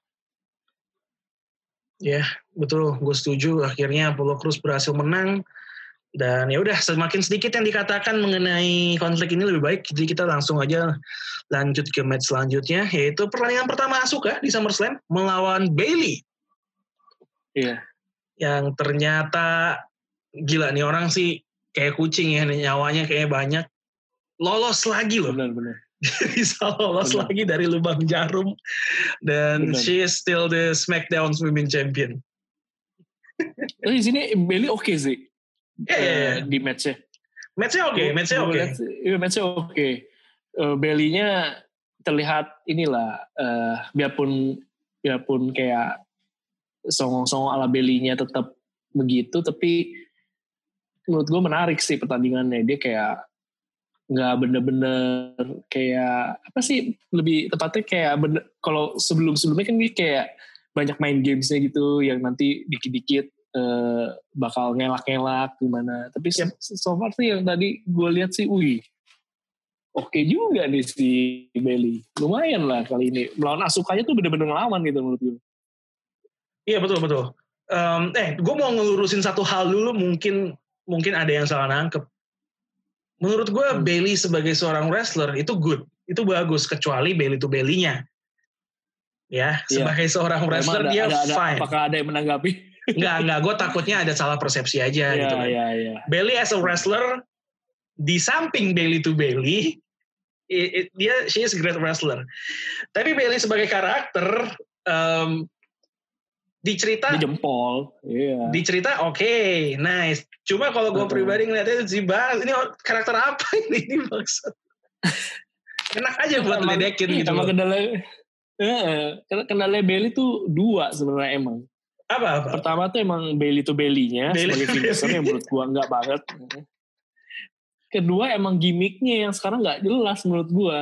Ya betul, gue setuju. Akhirnya Apollo Crews berhasil menang, dan ya udah, semakin sedikit yang dikatakan mengenai konflik ini lebih baik. Jadi kita langsung aja lanjut ke match selanjutnya, yaitu pertandingan pertama Asuka di SummerSlam melawan Bayley. Iya. Yang ternyata gila nih orang sih, kayak kucing ya, nyawanya kayak banyak. Lolos lagi loh. Benar. Bisa lolos lagi dari lubang jarum. Dan she is still the SmackDown Women's Champion. Di sini Bayley oke sih. Di match-nya. Match-nya oke. Bayley-nya terlihat inilah, biarpun kayak songong-songong ala Bayley-nya tetap begitu, tapi menurut gue menarik sih pertandingannya. Dia kayak nggak bener-bener kayak apa sih, lebih tepatnya kayak bener, kalau sebelumnya kan dia kayak banyak main gamesnya gitu yang nanti dikit-dikit bakal ngelak-ngelak gimana, tapi so far sih yang tadi gue lihat sih, oke juga nih si Bailey, lumayan lah kali ini melawan Asukanya tuh bener-bener ngelawan gitu menurut gue. Iya betul. Gue mau ngelurusin satu hal dulu, mungkin ada yang salah nangkep. Menurut gue Bailey sebagai seorang wrestler itu good, itu bagus, kecuali Bailey to Bailey-nya. Ya, sebagai seorang wrestler dia fine. Apakah ada yang menanggapi? Enggak, gue takutnya ada salah persepsi aja gitu kan. Bailey as a wrestler, di samping Bailey to Bailey, she is a great wrestler. Tapi Bailey sebagai karakter, di cerita oke, nice. Cuma kalau gue pribadi ngeliatnya si Bas, ini karakter apa ini maksud? Enak aja buat ledekin gitu. Emang kendala Bailey tuh dua sebenarnya emang. Apa? Pertama tuh emang Bailey to Bailey-nya sebagai finisher yang menurut gua enggak banget. Kedua emang gimmicknya yang sekarang nggak jelas menurut gua.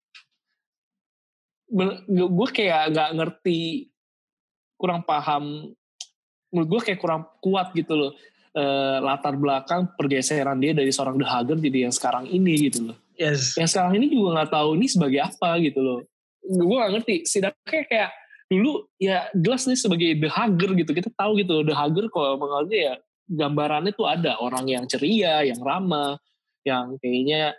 Gue kayak nggak ngerti, kurang paham. Menurut gue kayak kurang kuat gitu loh, latar belakang pergeseran dia dari seorang The Hugger jadi yang sekarang ini gitu loh. Yes. Yang sekarang ini juga nggak tahu ini sebagai apa gitu loh. Gue nggak ngerti. Setidaknya kayak dulu ya jelas nih sebagai The Hugger gitu, kita tahu gitu The Hugger kalau mengalami ya gambarannya tuh ada orang yang ceria, yang ramah, yang kayaknya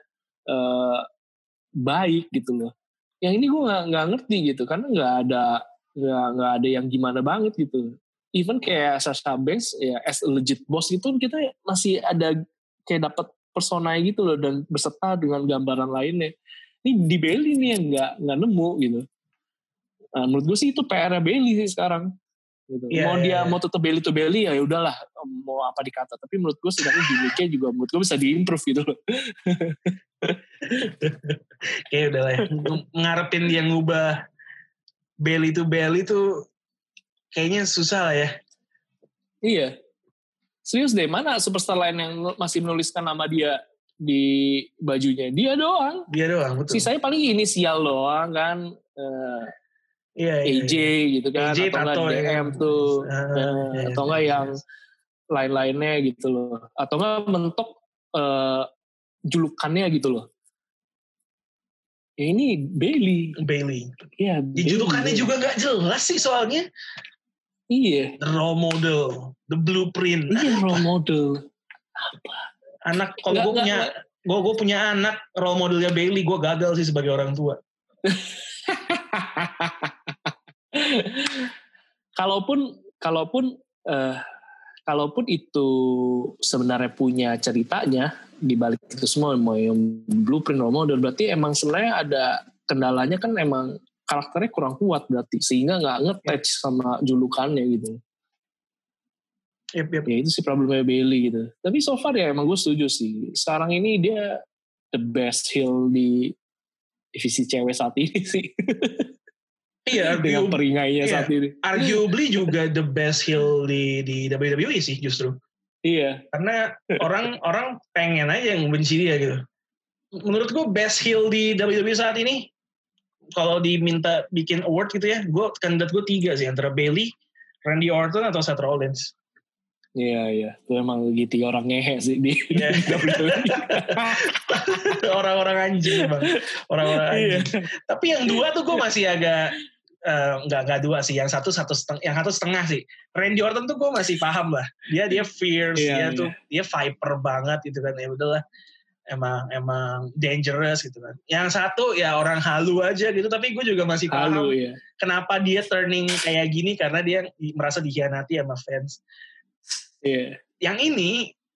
baik gitu loh. Yang ini gue nggak ngerti gitu, karena nggak ada yang gimana banget gitu. Even kayak Sasha Banks ya as a legit boss gitu, kita masih ada kayak dapat persona gitu loh, dan beserta dengan gambaran lainnya. Ini di Bailey nih yang nggak nemu gitu. Nah, menurut gue sih itu PR Bailey sih sekarang. Gitu. Mau tetap Bailey to Bailey ya udahlah, mau apa dikata. Tapi menurut gue sebenarnya gimmicknya juga menurut gue bisa diimprove gitu loh. Kayak udah lah ya. Ngarepin dia ngubah Bailey to Bailey tuh kayaknya susah lah ya. Iya. Serius deh, mana superstar lain yang masih menuliskan nama dia di bajunya? Dia doang, betul. Sisanya paling inisial doang kan. AJ gitu kan. AJ, atau enggak DM tuh. Atau enggak yang lain-lainnya gitu loh. Atau enggak mentok julukannya gitu loh. Ini Bailey. Iya, julukannya juga gak jelas sih soalnya. Iya. The role model, the blueprint. Iya, role model. Apa? Anak, kalau gue punya anak role modelnya Bailey, gue gagal sih sebagai orang tua. Kalaupun itu sebenarnya punya ceritanya di balik itu semua, mau yang blueprint role model, berarti emang sebenarnya ada kendalanya kan, emang karakternya kurang kuat berarti, sehingga nggak nge-touch sama julukannya gitu. Yep. Ya itu sih problemnya Bailey gitu. Tapi so far ya emang gue setuju sih. Sekarang ini dia the best heel di divisi cewek saat ini sih. Iya, dengan peringainya saat ini. Arguably juga the best heel di WWE sih justru. Iya. Karena orang pengen aja yang benci dia gitu. Menurut gue best heel di WWE saat ini, kalau diminta bikin award gitu ya, kandidat gue 3 sih, antara Bailey, Randy Orton, atau Seth Rollins. Iya. Itu emang lagi 3 orang ngehe sih di WWE. Orang-orang anjing bang. Orang-orang anjing. Tapi yang 2 tuh gue masih agak nggak 2 sih. Yang satu setengah sih. Randy Orton tuh gue masih paham lah. Dia fierce, dia viper banget gitu kan. Ya udahlah. Emang dangerous gitu kan. Yang satu ya orang halu aja gitu, tapi gue juga masih paham kenapa dia turning kayak gini, karena dia merasa dikhianati sama fans. Yang ini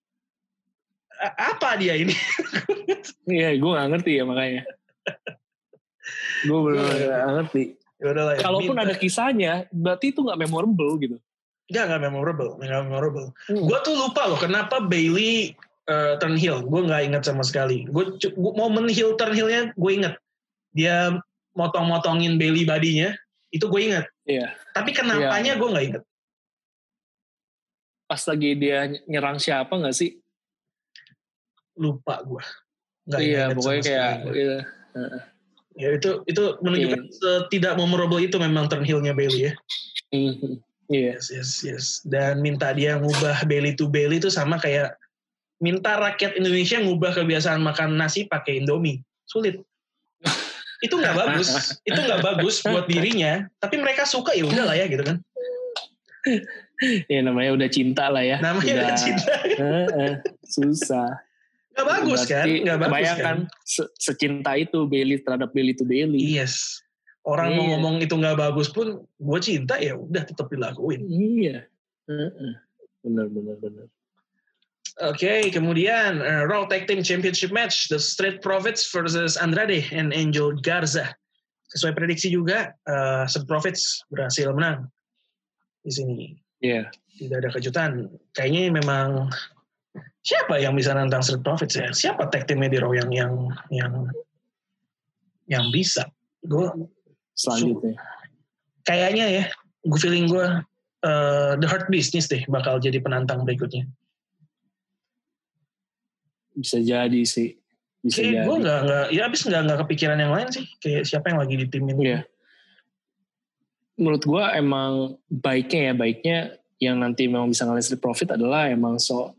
apa dia ini? Iya, gue nggak ngerti ya makanya. Gue belum ngerti. Yaudah, kalaupun ada kisahnya, berarti itu nggak memorable gitu. Nggak memorable. Gue tuh lupa loh kenapa Bailey turn heel, gue nggak ingat sama sekali. Gue momen heel turn heelnya gue ingat. Dia motong-motongin Bailey badinya, itu gue ingat. Iya. Tapi kenapanya gue nggak ingat. Pas lagi dia nyerang siapa nggak sih? Lupa gue. Iya, pokoknya kayak iya. Ya itu menunjukkan tidak memorable itu memang turn heel-nya Bayley ya. Iya. Yes. Dan minta dia ngubah Bayley to Bayley itu sama kayak minta rakyat Indonesia ngubah kebiasaan makan nasi pakai Indomie. Sulit. Itu nggak bagus. Itu nggak bagus buat dirinya. Tapi mereka suka ya udah lah ya gitu kan. Ya namanya udah cinta lah ya. Namanya udah cinta. Susah. Gak bagus kan? Gak bagus kan? Secinta itu Bayley terhadap Bayley to Bayley. Yes. Orang mau ngomong itu gak bagus pun, gue cinta ya udah tetap dilakuin. Iya. Benar. Oke, kemudian Raw Tag Team Championship match, The Street Profits versus Andrade and Angel Garza. Sesuai prediksi juga, Street Profits berhasil menang di sini. Iya. Tidak ada kejutan. Kayaknya memang siapa yang bisa nantang Street Profits ya? Siapa tag teamnya di Raw yang bisa? Gue selanjutnya. Kayaknya ya, gue feeling gue The Hurt Business deh bakal jadi penantang berikutnya. Bisa jadi sih. Kayak gue nggak kepikiran yang lain sih. Kayak siapa yang lagi di tim ini? Iya. Menurut gue emang baiknya yang nanti memang bisa ngalahin Street Profit adalah emang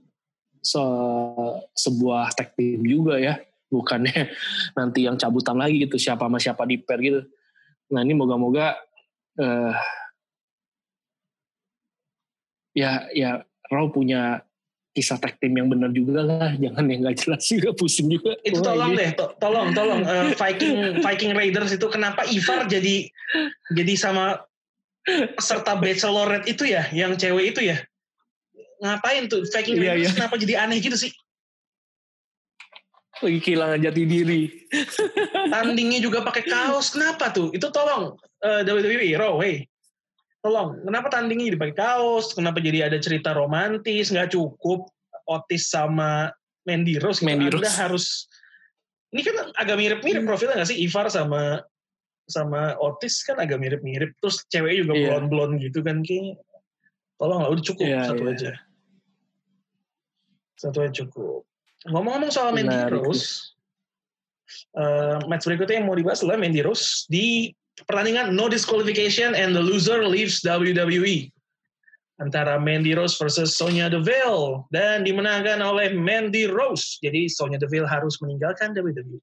sebuah tag team juga ya, bukannya nanti yang cabutan lagi gitu siapa sama siapa di pair gitu. Nah ini moga-moga ya Raw punya kisah tag team yang benar juga lah, jangan yang nggak jelas juga, pusing juga. Itu tolong Viking Raiders itu kenapa Ivar jadi sama peserta Bachelorette itu ya, yang cewek itu ya? Ngapain tuh Viking Raiders kenapa jadi aneh gitu sih? Lagi kehilangan jati diri. Tandingnya juga pakai kaos, kenapa tuh? Itu tolong WWE Raw, hey. Tolong, kenapa tandingnya jadi pakai kaos? Kenapa jadi ada cerita romantis? Nggak cukup Otis sama Mandy Rose. Anda harus, ini kan agak mirip-mirip profilnya nggak sih? Ivar sama Otis kan agak mirip-mirip. Terus ceweknya juga blonde-blonde gitu kan kayaknya. Tolong lah, udah cukup aja. Satu aja cukup. Ngomong-ngomong soal Mandy Rose, match berikutnya yang mau dibahas adalah Mandy Rose di pertandingan no disqualification and the loser leaves WWE antara Mandy Rose versus Sonya Deville dan dimenangkan oleh Mandy Rose. Jadi Sonya Deville harus meninggalkan WWE.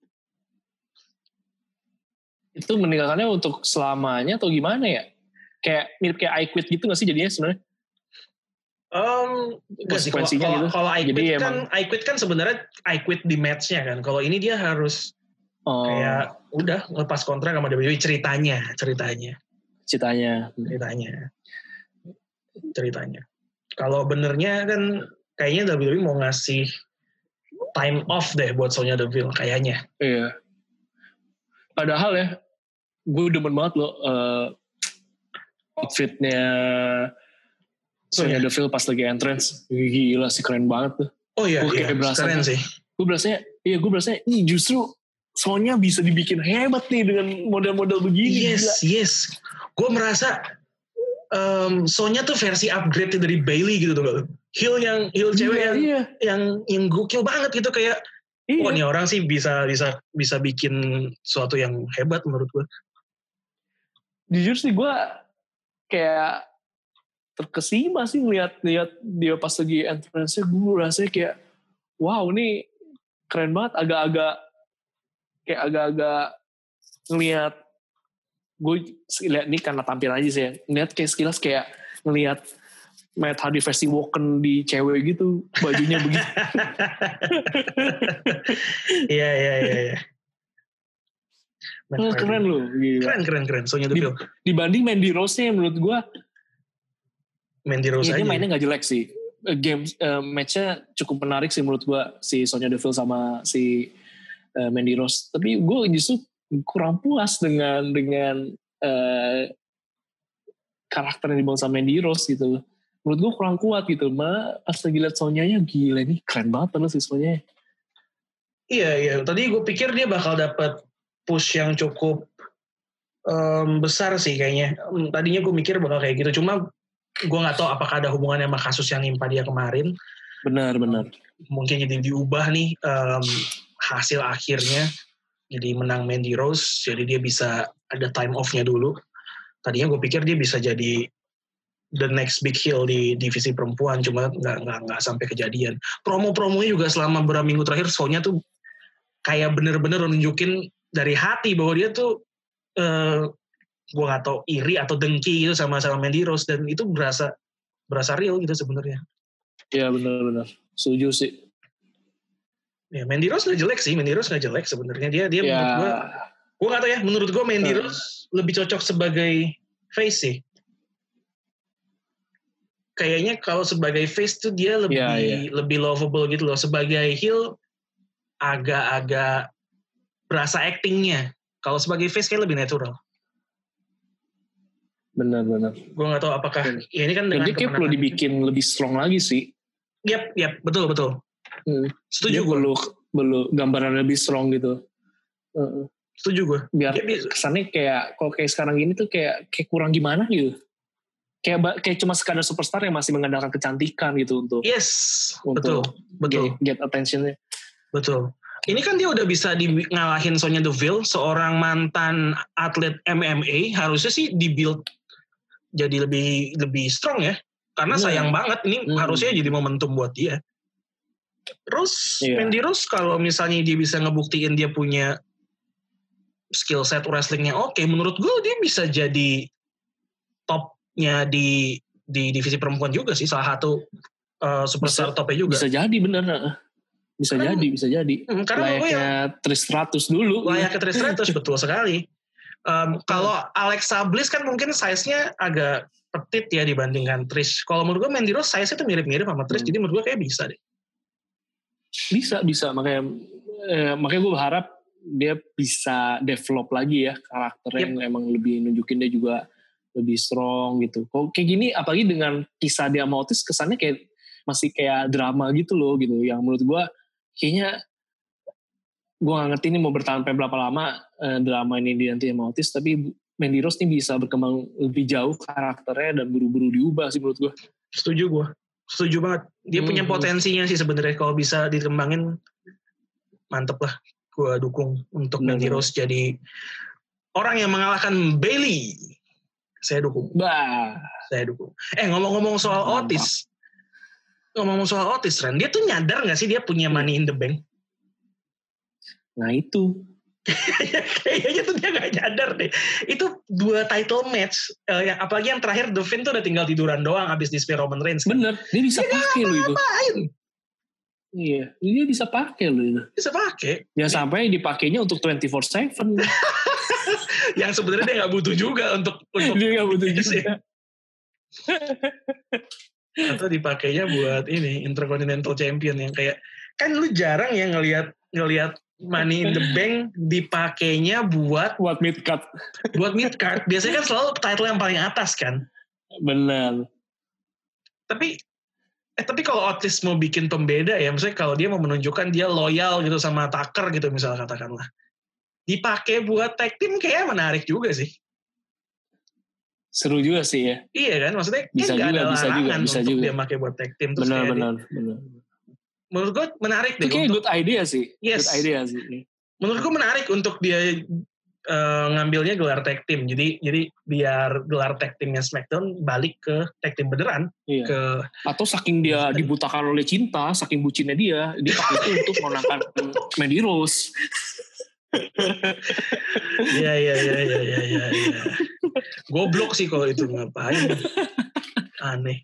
Itu meninggalkannya untuk selamanya atau gimana ya? Kayak mirip kayak I Quit gitu nggak sih jadinya sebenarnya? Kalau I Quit kan sebenarnya I Quit di match-nya kan. Kalau ini dia harus kayak udah lepas kontrak sama WWE ceritanya. Kalau benernya kan kayaknya WWE mau ngasih time off deh buat Sonya Deville kayaknya. Iya. Padahal ya, gue demen banget loh outfitnya Sonya Deville pas lagi entrance. Gila sih, keren banget tuh. Oh iya, keren sih. Gue berasanya ini justru Sonya bisa dibikin hebat nih dengan model-model begini. Yes. Gue merasa Sonya tuh versi upgrade dari Bayley gitu tuh. Heel cewek yang gokil banget gitu, kayak nih orang sih bisa bikin sesuatu yang hebat menurut gue. Jujur sih gue kayak terkesima sih ngeliat dia pas lagi entrance-nya. Gue rasanya kayak wow, ini keren banget. Agak-agak ngeliat, gue lihat ini karena tampil aja sih ya, ngeliat kayak sekilas kayak ngeliat Matt Hardy versi Woken di cewek gitu, bajunya begitu. Iya. Keren loh. Keren. Sonya Deville. Dibanding Mandy Rose-nya menurut gue, Mandy Rose aja. Dia mainnya gak jelek sih. Match-nya cukup menarik sih menurut gue, si Sonya Deville sama si Mandy Rose. Tapi gue justru kurang puas dengan karakter yang dibangun sama Mandy Rose gitu. Menurut gue kurang kuat gitu. Pas lagi liat Sonya-nya, gila nih keren banget loh si Sonya. Iya. Tadi gue pikir dia bakal dapat push yang cukup besar sih kayaknya. Tadinya gue mikir bakal kayak gitu. Cuma gue gak tahu apakah ada hubungannya sama kasus yang nimpa dia kemarin. Benar. Mungkin jadi diubah nih hasil akhirnya jadi menang Mandy Rose, jadi dia bisa ada time off-nya dulu. Tadinya gue pikir dia bisa jadi the next big heel di divisi perempuan, cuma nggak sampai kejadian. Promo-promonya juga selama beberapa minggu terakhir, soalnya tuh kayak bener-bener nunjukin dari hati bahwa dia tuh gue nggak tahu iri atau dengki gitu sama Mandy Rose, dan itu berasa real gitu sebenarnya. Iya benar-benar setuju sih. Ya, Mandy Rose nggak jelek sebenarnya. Dia ya. Menurut gue nggak tahu ya. Menurut gue Mandy Rose lebih cocok sebagai face sih. Kayaknya kalau sebagai face tuh dia lebih lovable gitu loh. Sebagai heel agak-agak berasa actingnya. Kalau sebagai face kayak lebih natural. Benar. Gue nggak tahu apakah ya ini kan dengan dia kayak perlu dibikin lebih strong lagi sih. Yap, betul. Setuju gue. Perlu gambaran lebih strong gitu. Setuju gue. Biar kesannya kayak kalau kayak sekarang gini tuh kayak kurang gimana gitu. Kayak cuma sekadar superstar yang masih mengandalkan kecantikan gitu untuk. Yes, betul. Get attentionnya. Betul. Ini kan dia udah bisa ngalahin Sonya Deville, seorang mantan atlet MMA, harusnya sih dibuild jadi lebih strong ya. Karena sayang banget ini harusnya jadi momentum buat dia. Terus Mandy Rose kalau misalnya dia bisa ngebuktiin dia punya skill set wrestlingnya oke, menurut gue dia bisa jadi topnya di divisi perempuan juga sih, salah satu superstar topnya juga. Bisa jadi bener. Bisa jadi. Karena layaknya Trish Stratus dulu. Layaknya Trish Stratus, betul sekali. Kalau Alexa Bliss kan mungkin size-nya agak petit ya dibandingkan Trish. Kalau menurut gue Mandy Rose size-nya tuh mirip-mirip sama Trish, jadi menurut gue kayak bisa deh. Bisa. Makanya gue berharap dia bisa develop lagi ya karakternya yang emang lebih nunjukin dia juga lebih strong gitu. Kok kayak gini apalagi dengan kisah dia sama Otis kesannya kayak masih kayak drama gitu loh gitu. Yang menurut gue kayaknya gue gak ngerti ini mau bertahan sampai berapa lama drama ini nanti sama Otis, tapi Mandy Rose ini bisa berkembang lebih jauh karakternya dan buru-buru diubah sih menurut gue. Setuju banget. Dia punya potensinya sih sebenarnya, kalau bisa dikembangin mantep lah. Gue dukung untuk Mandy Rose jadi orang yang mengalahkan Bayley. Saya dukung. Ngomong-ngomong soal Otis. Ren, dia tuh nyadar gak sih dia punya Money in the Bank? Nah itu. Kayaknya tuh dia gak nyadar deh. Itu 2 title match, apalagi yang terakhir The Finn tuh udah tinggal tiduran doang abis di Spear Roman Reigns. Bener, dia bisa pakai loh itu. Iya, dia bisa pakai loh itu. Bisa pakai. Ya sampai dipakainya untuk 24/7. Yang sebenarnya dia gak butuh juga untuk dia gak butuh juga. Atau dipakainya buat ini Intercontinental Champion yang kayak, kan lu jarang ya ngelihat Money in the Bank dipakainya buat mid card. Buat mid card. Biasanya kan selalu title yang paling atas kan. Benar. Tapi kalau Otis mau bikin pembeda ya, misalnya kalau dia mau menunjukkan dia loyal gitu sama Tucker gitu misalnya katakanlah, dipakai buat tag team kayak menarik juga sih. Seru juga sih ya. Iya kan, maksudnya bisa kan juga, ada larangan bisa untuk juga. dia pakai buat tag team. Benar. Menurut gue menarik deh. Itu kayak good idea sih. Yes. Good idea sih. Menurut gue menarik untuk dia ngambilnya gelar tag team. Jadi biar gelar tag teamnya SmackDown balik ke tag team beneran. Iya. Atau saking dia dibutakan oleh cinta, saking bucinnya dia pakai itu untuk menangkan Mandy Rose. Iya. Goblok sih kalau itu, ngapain. Aneh.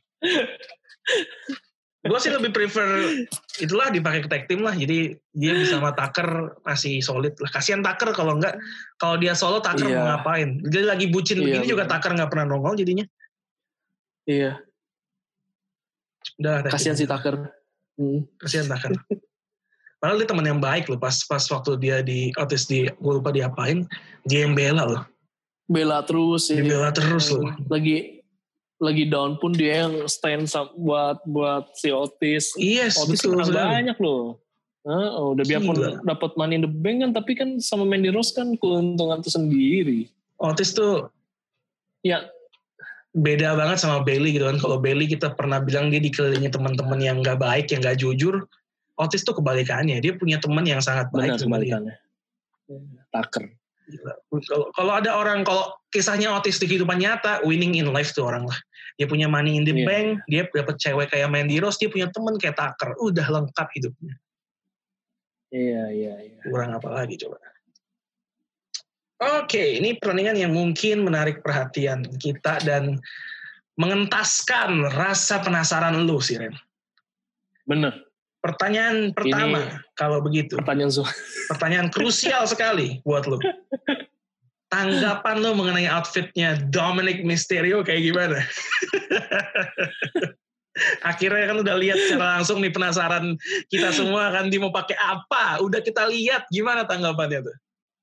Gue sih lebih prefer itulah dipakai ke tag team lah, jadi dia bisa sama Tucker masih solid lah. Kasian Tucker kalau dia solo Tucker mau ngapain? Dia lagi bucin begini juga Tucker nggak pernah nongol jadinya. Iya. Udah. Kasian si Tucker. Kasian Tucker. Padahal dia teman yang baik loh, pas waktu dia di Otis gue lupa diapain, dia yang bela loh. Bela terus. Bela terus loh. Lagi down pun dia yang stand buat si Otis. Yes, Otis betul. Banyak loh. Udah biarpun dapat Money in the Bank kan, tapi kan sama Mandy Rose kan keuntungan itu sendiri. Otis tuh ya beda banget sama Bayley gitu kan. Kalau Bayley kita pernah bilang dia dikelilingi teman-teman yang nggak baik, yang nggak jujur. Otis tuh kebalikannya, dia punya teman yang sangat baik. Benar, kebalikannya. Tucker. Kalau ada orang, kalau kisahnya Otis di kehidupan nyata, winning in life tuh orang lah. Dia punya money in the bank, dia dapat cewek kayak Mandy Rose, dia punya teman kayak Tucker, udah lengkap hidupnya. Iya. Kurang apa lagi coba. Oke, ini pertandingan yang mungkin menarik perhatian kita dan mengentaskan rasa penasaran lu sih, Ren. Bener. Pertanyaan pertama, ini kalau begitu. Pertanyaan krusial sekali buat lu. Tanggapan lu mengenai outfitnya Dominic Mysterio kayak gimana? Akhirnya kan udah lihat secara langsung nih, penasaran kita semua kan dia mau pakai apa. Udah kita lihat, gimana tanggapannya tuh?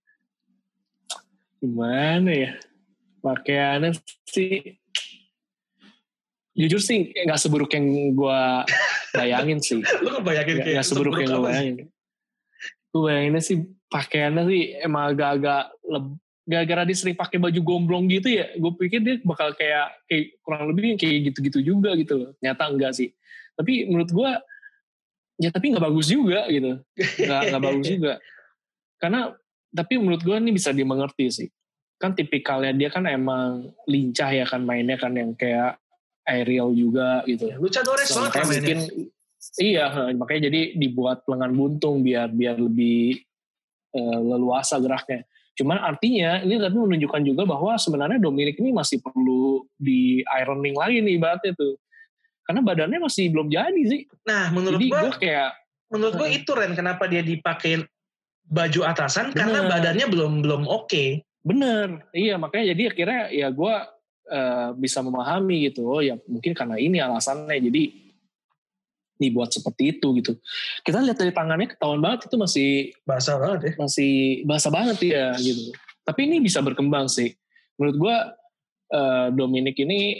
Gimana ya? Pakaiannya sih, jujur sih gak seburuk yang gue bayangin sih. Lu ngebayangin kayak gak seburuk yang gue bayangin. Gue bayanginnya sih pakaiannya sih emang agak-agak gara-gara dia sering pakai baju gombrong gitu ya, gue pikir dia bakal kayak kurang lebih kayak gitu-gitu juga gitu loh. Ternyata enggak sih. Tapi menurut gue, ya tapi nggak bagus juga gitu. Nggak bagus juga. Karena tapi menurut gue ini bisa dimengerti sih. Kan tipikalnya dia kan emang lincah ya kan, mainnya kan yang kayak aerial juga gitu. Luchadores banget kan mainnya. Iya, makanya jadi dibuat lengan buntung biar lebih leluasa geraknya. Cuman artinya ini tapi menunjukkan juga bahwa sebenarnya Dominic ini masih perlu di ironing lagi nih ibaratnya tuh. Karena badannya masih belum jadi sih. Nah, menurut gue itu Ren, kenapa dia dipakai baju atasan, karena badannya belum oke. Bener, iya makanya jadi akhirnya ya gue bisa memahami gitu. Oh ya mungkin karena ini alasannya jadi dibuat seperti itu gitu. Kita lihat dari tangannya ketahuan banget itu masih basah banget ya. Masih basah banget ya gitu. Tapi ini bisa berkembang sih. Menurut gue Dominic ini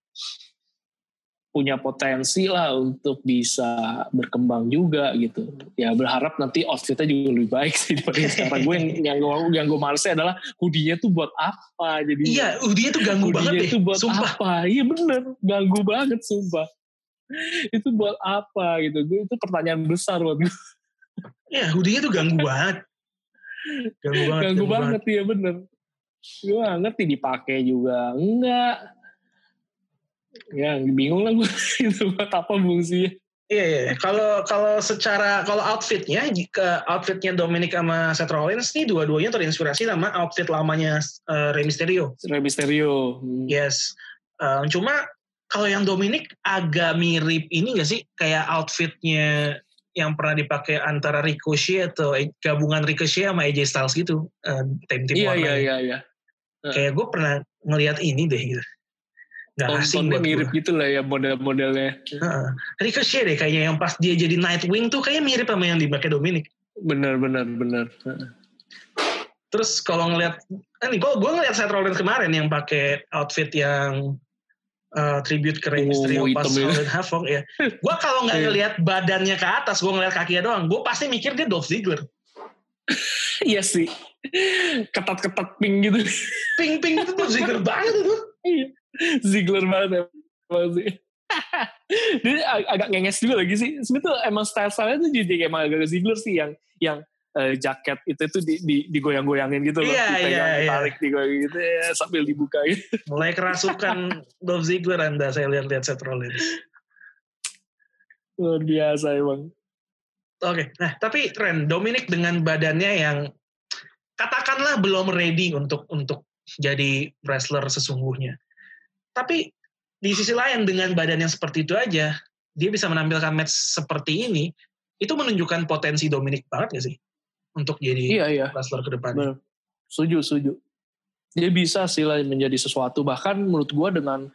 punya potensi lah untuk bisa berkembang juga gitu. Ya berharap nanti outfitnya juga lebih baik sih daripada sekarang. Gue yang gue malesnya adalah hoodie-nya tuh buat apa. Jadi iya, hoodie-nya tuh ganggu banget deh. Hoodie-nya tuh buat sumpah. Apa? Iya bener, ganggu banget sumpah. Itu buat apa gitu, itu pertanyaan besar buat gue. Ya hoodie-nya tuh ganggu banget. Ganggu banget ya bener. Gue gak ngerti dipakai juga enggak. Ya bingung lah gue itu buat apa fungsinya. Iya. Kalau outfitnya Dominic sama Seth Rollins nih dua-duanya terinspirasi sama outfit lamanya Rey Mysterio. Yes. Cuma kalau yang Dominic agak mirip ini gak sih? Kayak outfitnya yang pernah dipakai antara Ricochet atau gabungan Ricochet sama AJ Styles gitu. Tim-tim warna. Iya. Kayak gue pernah ngelihat ini deh gitu. Gak asing buat mirip gue. Gitu lah ya model-modelnya. Ricochet deh kayaknya yang pas dia jadi Nightwing tuh kayaknya mirip sama yang dipakai Dominic. Bener. Terus kalau ngelihat, gue ngelihat Seth Rollins kemarin yang pakai outfit yang tribute ke Rey Mysterio pas Halloween Havoc ya. Gue kalau nggak ngelihat badannya ke atas, gue ngelihat kakinya doang, gue pasti mikir dia Dolph Ziggler. Iya sih, ketat-ketat pink gitu. Pink itu Dolph Ziggler banget itu. Iya, Ziggler banget sih. Dia agak ngenges juga lagi sih. Sebenarnya tuh emang style-stylenya tuh jadi emang agak Ziggler sih yang jaket itu digoyang-goyangin gitu loh. Iya. Tarik digoyang gitu ya, sambil dibuka gitu. Mulai kerasukan Dolph Ziggler Anda, saya lihat Seth Rollins. Luar biasa emang. Oke, nah tapi Ren, Dominic dengan badannya yang katakanlah belum ready untuk jadi wrestler sesungguhnya. Tapi di sisi lain dengan badan yang seperti itu aja, dia bisa menampilkan match seperti ini, itu menunjukkan potensi Dominic banget gak sih? Untuk jadi wrestler ke depannya. Setuju. Dia bisa sih lah menjadi sesuatu. Bahkan menurut gue dengan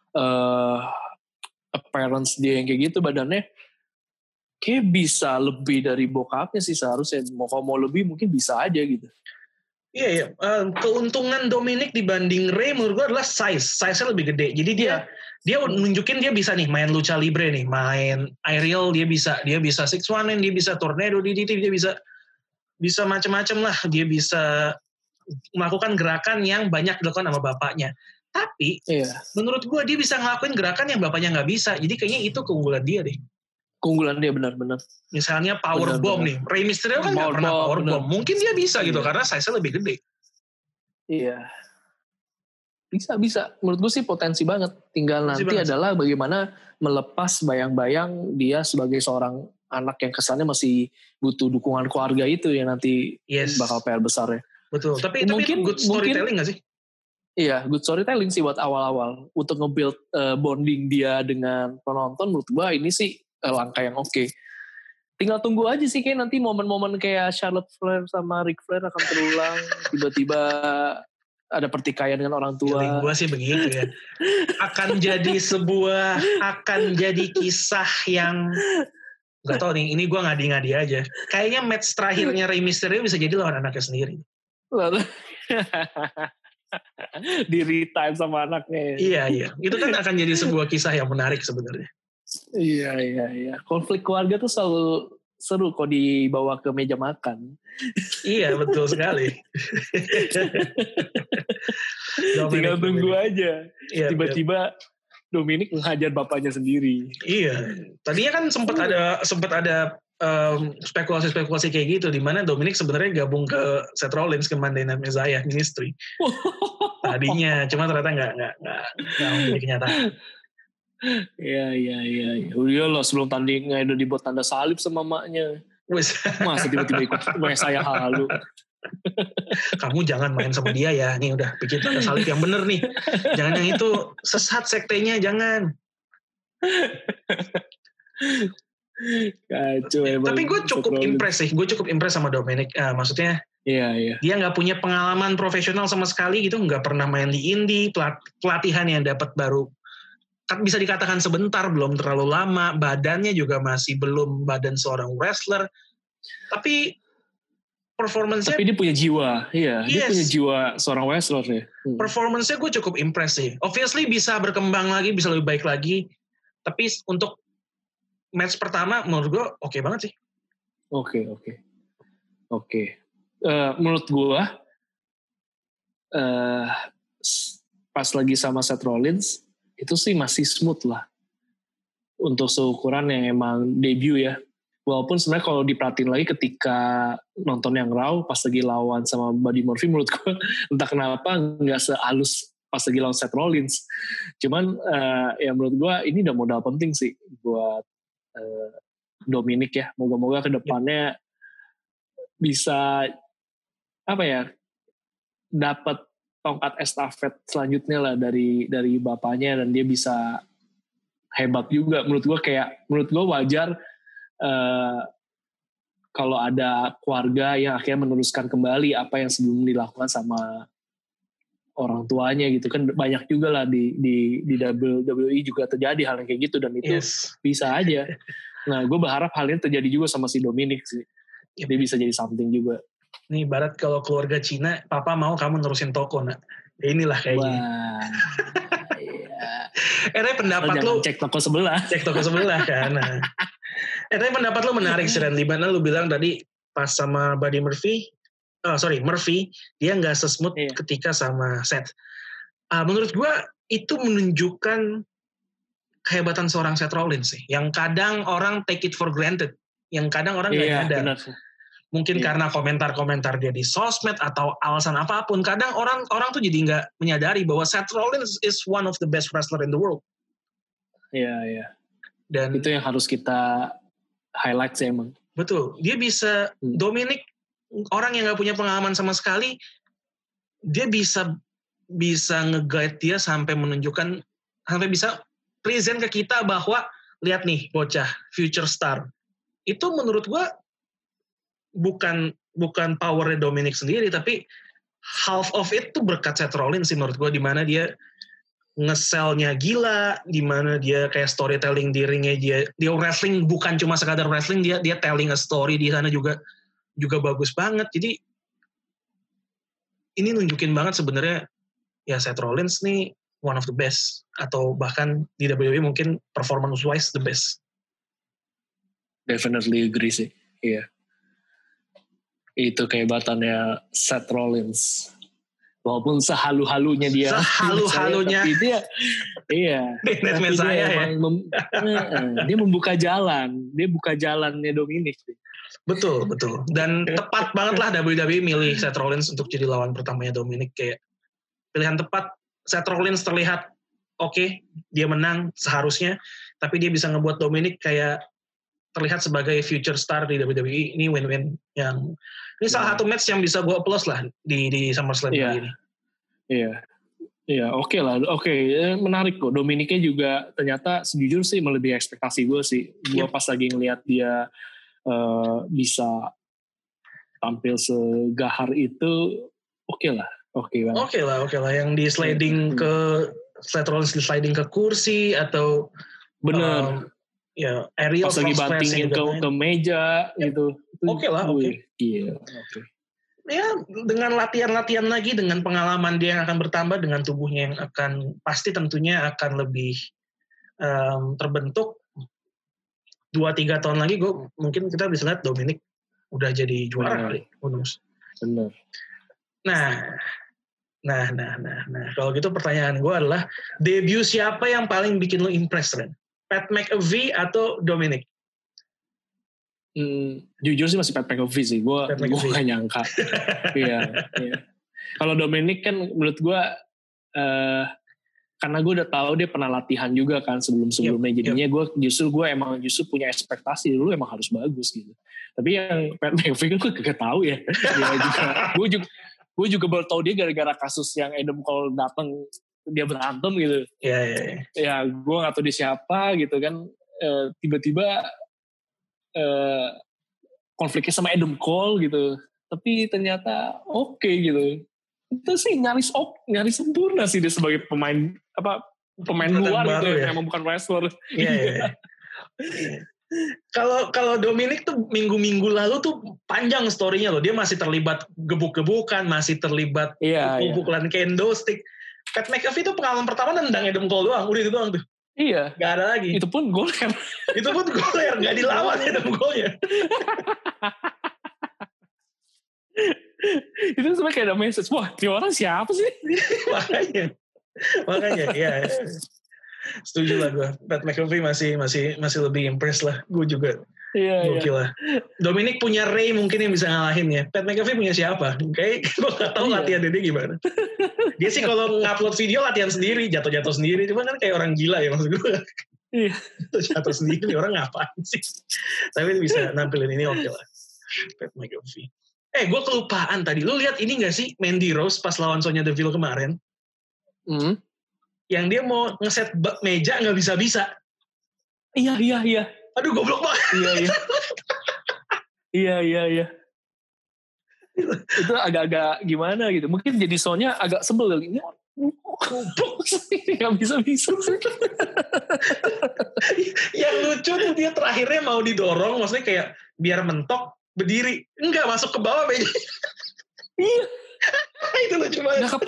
appearance dia yang kayak gitu badannya, kayak bisa lebih dari bokapnya sih seharusnya. Mau lebih mungkin bisa aja gitu. Iya. Keuntungan Dominic dibanding Rey menurut gue adalah size-nya lebih gede. Jadi dia nunjukin dia bisa nih main lucha libre nih, main aerial dia bisa 619, dia bisa tornado DDT, dia bisa macam-macam lah, dia bisa melakukan gerakan yang banyak dilakukan sama bapaknya. Tapi menurut gue dia bisa ngelakuin gerakan yang bapaknya nggak bisa. Jadi kayaknya itu keunggulan dia deh. keunggulan dia benar-benar. Misalnya power bomb nih, Rey Mysterio kan nggak pernah power bomb. Mungkin dia bisa gitu karena size-nya lebih gede. Iya. Bisa. Menurut gue sih potensi banget. Tinggal nanti adalah bagaimana melepas bayang-bayang dia sebagai seorang anak yang kesannya masih butuh dukungan keluarga itu yang nanti bakal PR besar ya. Betul. Tapi good storytelling nggak sih? Iya, good storytelling sih buat awal-awal untuk nge-build bonding dia dengan penonton. Menurut gue ini sih langkah yang oke. Tinggal tunggu aja sih kayak nanti momen-momen kayak Charlotte Flair sama Ric Flair akan terulang. Tiba-tiba ada pertikaian dengan orang tua. Feeling gue sih begitu ya. Akan jadi kisah yang gak tau nih, ini gue ngadi-ngadi aja. Kayaknya match terakhirnya Rey Mysterio bisa jadi lawan anaknya sendiri. Di retime sama anaknya. Iya. Itu kan akan jadi sebuah kisah yang menarik sebenarnya. Iya. Konflik keluarga tuh selalu seru kok dibawa ke meja makan. Iya, betul sekali. Tinggal tunggu aja. Iya, tiba-tiba Dominic menghajar bapaknya sendiri. Iya. Tadinya kan sempat ada spekulasi-spekulasi kayak gitu di mana Dominic sebenarnya gabung ke Seth Rollins ke Monday Night Messiah Ministry. Tadinya, cuma ternyata nggak menjadi kenyataan. Iya. Udah loh sebelum tanding udah dibuat tanda salib sama maknya. Masa tiba-tiba ikut saya halu. Kamu jangan main sama dia ya. Nih udah bikin tanda salib yang bener nih. Jangan yang itu sesat sektenya, jangan. Kacau emang. Tapi gue cukup impress sih. Gue cukup impress sama Dominic. Maksudnya Iya. Dia nggak punya pengalaman profesional sama sekali gitu. Nggak pernah main di indie. Pelatihan yang dapat baru bisa dikatakan sebentar, belum terlalu lama, badannya juga masih belum badan seorang wrestler, tapi performance-nya... Tapi dia punya jiwa, dia punya jiwa seorang wrestler ya. Performance-nya gue cukup impress sih. Obviously bisa berkembang lagi, bisa lebih baik lagi, tapi untuk match pertama menurut gue oke banget sih. Oke. Menurut gue, pas lagi sama Seth Rollins, itu sih masih smooth lah untuk seukuran yang emang debut ya. Walaupun sebenarnya kalau diperhatiin lagi ketika nonton yang Raw pas lagi lawan sama Buddy Murphy, menurut gue entah kenapa nggak sehalus pas lagi lawan Seth Rollins. Cuman ya menurut gue ini udah modal penting sih buat Dominic ya. Moga-moga kedepannya bisa dapat tongkat estafet selanjutnya lah dari bapaknya dan dia bisa hebat juga. Menurut gue wajar kalau ada keluarga yang akhirnya meneruskan kembali apa yang sebelum dilakukan sama orang tuanya gitu kan. Banyak juga lah di WWE juga terjadi hal yang kayak gitu dan itu bisa aja. Nah gue berharap hal ini terjadi juga sama si Dominic sih. Dia bisa jadi something juga. Nih barat kalau keluarga Cina, papa mau kamu nerusin toko nak. Ya inilah kayaknya. Iya. Pendapat lu cek toko sebelah. Cek toko sebelah kan. Nah. Tapi pendapat lu menarik sih Randy. Dimana lu bilang tadi pas sama Buddy Murphy, Murphy, dia nggak sesmooth ketika sama Seth. Menurut gua itu menunjukkan kehebatan seorang Seth Rollins sih. Yang kadang orang take it for granted. Yang kadang orang nggak nyadar. Mungkin karena komentar-komentar dia di sosmed atau alasan apapun. Kadang orang tuh jadi nggak menyadari bahwa Seth Rollins is one of the best wrestler in the world. Iya. Dan itu yang harus kita highlight sih emang. Betul. Dia bisa, Dominic, orang yang nggak punya pengalaman sama sekali, dia bisa nge-guide dia sampai bisa present ke kita bahwa, lihat nih bocah, future star. Itu menurut gua, bukan powernya Dominic sendiri, tapi half of it tuh berkat Seth Rollins sih menurut gue, di mana dia nge-sell-nya gila, di mana dia kayak storytelling di ringnya, dia wrestling bukan cuma sekadar wrestling, dia telling a story di sana juga bagus banget. Jadi ini nunjukin banget sebenarnya ya Seth Rollins nih one of the best, atau bahkan di WWE mungkin performance wise the best. Definitely agree sih. Iya. Itu kehebatannya Seth Rollins. Walaupun sehalu-halunya dia. Sehalu-halunya. Tapi dia, iya. Tapi dia emang dia membuka jalan. Dia buka jalannya Dominic. Betul. Dan tepat banget lah WWE milih Seth Rollins untuk jadi lawan pertamanya Dominic. Kayak pilihan tepat. Seth Rollins terlihat oke, dia menang seharusnya. Tapi dia bisa ngebuat Dominic kayak terlihat sebagai future star di WWE. Ini win-win yang... Ini salah satu match yang bisa gue applause lah di SummerSlam kali ini. Iya, oke lah. Oke, menarik kok. Dominicnya juga ternyata sejujur sih melebihi ekspektasi gue sih. Gue pas lagi ngeliat dia bisa tampil segahar itu, oke lah. Oke lah. Yang di sliding ke Seth Rollins di sliding ke kursi atau bener. Ya, aerial pas lagi bantingin ke meja gitu. Oke. Iya. Ya, dengan latihan-latihan lagi, dengan pengalaman dia yang akan bertambah, dengan tubuhnya yang akan pasti tentunya akan lebih terbentuk. 2-3 tahun lagi mungkin kita bisa lihat Dominic udah jadi juara kali. Bener. Nah, kalau gitu pertanyaan gue adalah debut siapa yang paling bikin lo impress, Ren? Pat McAfee atau Dominic? Jujur sih masih Pat McAfee sih. Gue gak nyangka. Iya. Kalau Dominic kan menurut gue karena gue udah tahu dia pernah latihan juga kan sebelum-sebelumnya. Jadinya gue emang punya ekspektasi dulu emang harus bagus gitu. Tapi yang Pat McAfee kan gue gak tahu ya. Gue juga baru tahu dia gara-gara kasus yang Adam Cole datang dia berantem gitu. Iya. Ya gue gak tahu dia siapa gitu kan. Tiba-tiba konfliknya sama Adam Cole gitu. Tapi ternyata oke gitu. Itu sih nyaris sempurna sih dia sebagai pemain luar gitu ya. Emang bukan wrestler. Iya. Kalau Dominic tuh minggu-minggu lalu tuh panjang story-nya loh. Dia masih terlibat gebuk-gebukan, masih terlibat pukulan kendo stick. Pat McAfee tuh pengalaman pertama nendang Adam Cole doang. Udah itu doang tuh. Iya. Gak ada lagi. Itu pun goler. Gak dilawan Adam Cole-nya. Itu sebenarnya kayak ada message. Wah, ini orang siapa sih? Makanya ya. Setuju lah gue. Pat McAfee masih lebih impress lah. Gue juga. Gokil lah. Dominic punya Ray mungkin yang bisa ngalahin ya. Pat McAfee punya siapa? Kayak gue gak tahu latihan dia gimana. Dia sih kalau ngupload video latihan sendiri, jatuh-jatuh sendiri. Cuma kan kayak orang gila ya maksud gue. Iya. Jatuh sendiri orang ngapain sih? Tapi bisa nampilin ini oke lah. Pat McAfee. Gue kelupaan tadi. Lu lihat ini gak sih Mandy Rose pas lawan Sonya Deville kemarin? Yang dia mau ngeset meja gak bisa-bisa. Iya. Aduh goblok banget. Iya. Itu agak-agak gimana gitu. Mungkin jadi Sonya agak sebel kali. Gak bisa-bisa sih. Yang lucu tuh dia terakhirnya mau didorong. Maksudnya kayak biar mentok. Berdiri, enggak masuk ke bawah meja. Iya. Itu lucu banget. Gak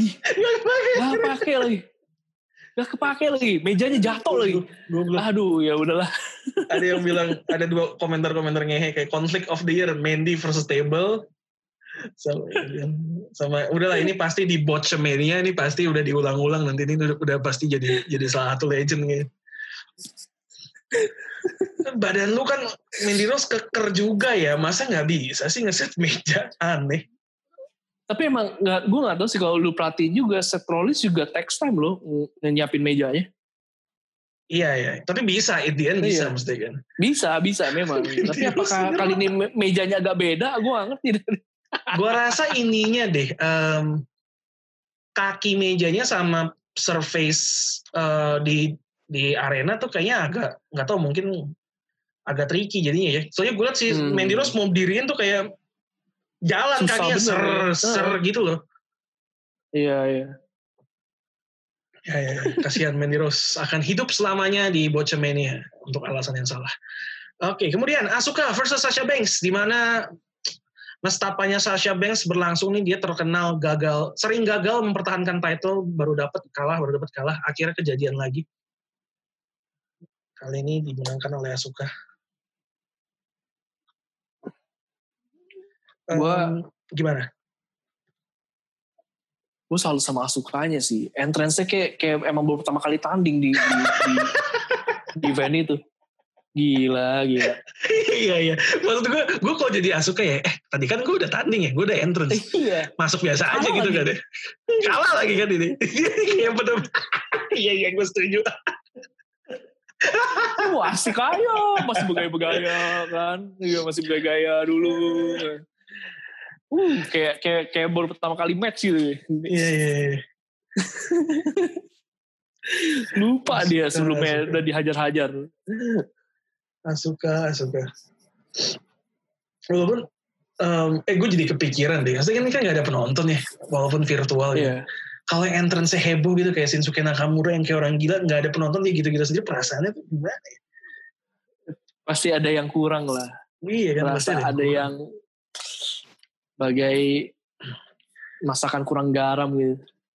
kepake lagi. Mejanya jatuh lagi. Aduh, ya udahlah. Ada yang bilang, ada 2 komentar-komentar ngehe kayak conflict of the year, Mandy versus Table. Sama udahlah ini pasti di Botchamania ini pasti udah diulang-ulang nanti ini udah pasti jadi salah satu legend gitu. Badan lu kan Mandy Rose keker juga ya, masa nggak bisa sih ngeset meja, aneh. Tapi emang gue nggak tahu sih kalau lu perhatiin juga Seth Rollins juga takes time lo nyiapin mejanya. Iya, tapi bisa, bisa mesti kan. Bisa memang. Tapi apakah kali ini mejanya agak beda? Gue nggak ngerti. Gue rasa ininya deh, kaki mejanya sama surface di arena tuh kayaknya agak nggak tahu mungkin agak tricky jadinya ya. Soalnya gue liat si Mandy Rose mau diriin tuh kayak jalan kakinya ser gitu loh. Iya. Ya, kasihan Mandy Rose akan hidup selamanya di Botchamania untuk alasan yang salah. Oke, kemudian Asuka versus Sasha Banks, di mana nestapanya Sasha Banks berlangsung nih, dia terkenal sering gagal mempertahankan title, baru dapat kalah, akhirnya kejadian lagi. Kali ini dimenangkan oleh Asuka. Gimana? gue selalu sama Asukanya sih. Entrance-nya kayak emang baru pertama kali tanding di event itu. Gila. Iya. Maksud gue kalau jadi Asuka ya, tadi kan gue udah tanding ya, gue udah entrance. Iya. Masuk biasa Kalah aja gitu lagi. kan ya. Kalah lagi kan ini. Iya betul. Iya gue setuju. Wah asik aja, masih bergaya-bergaya kan. Iya masih bergaya dulu. Kayak baru pertama kali match gitu. Iya. Lupa dia sebelumnya udah dihajar-hajar. Asuka. Walaupun gue jadi kepikiran deh. Maksudnya ini kan gak ada penonton ya, walaupun virtual gitu. Iya. Kalau entrance heboh gitu kayak Shinsuke Nakamura yang kayak orang gila, gak ada penonton dia gitu-gitu sendiri, perasaannya tuh gimana ya? Pasti ada yang kurang lah. Iya kan, pasti ada yang bagai masakan kurang garam gitu.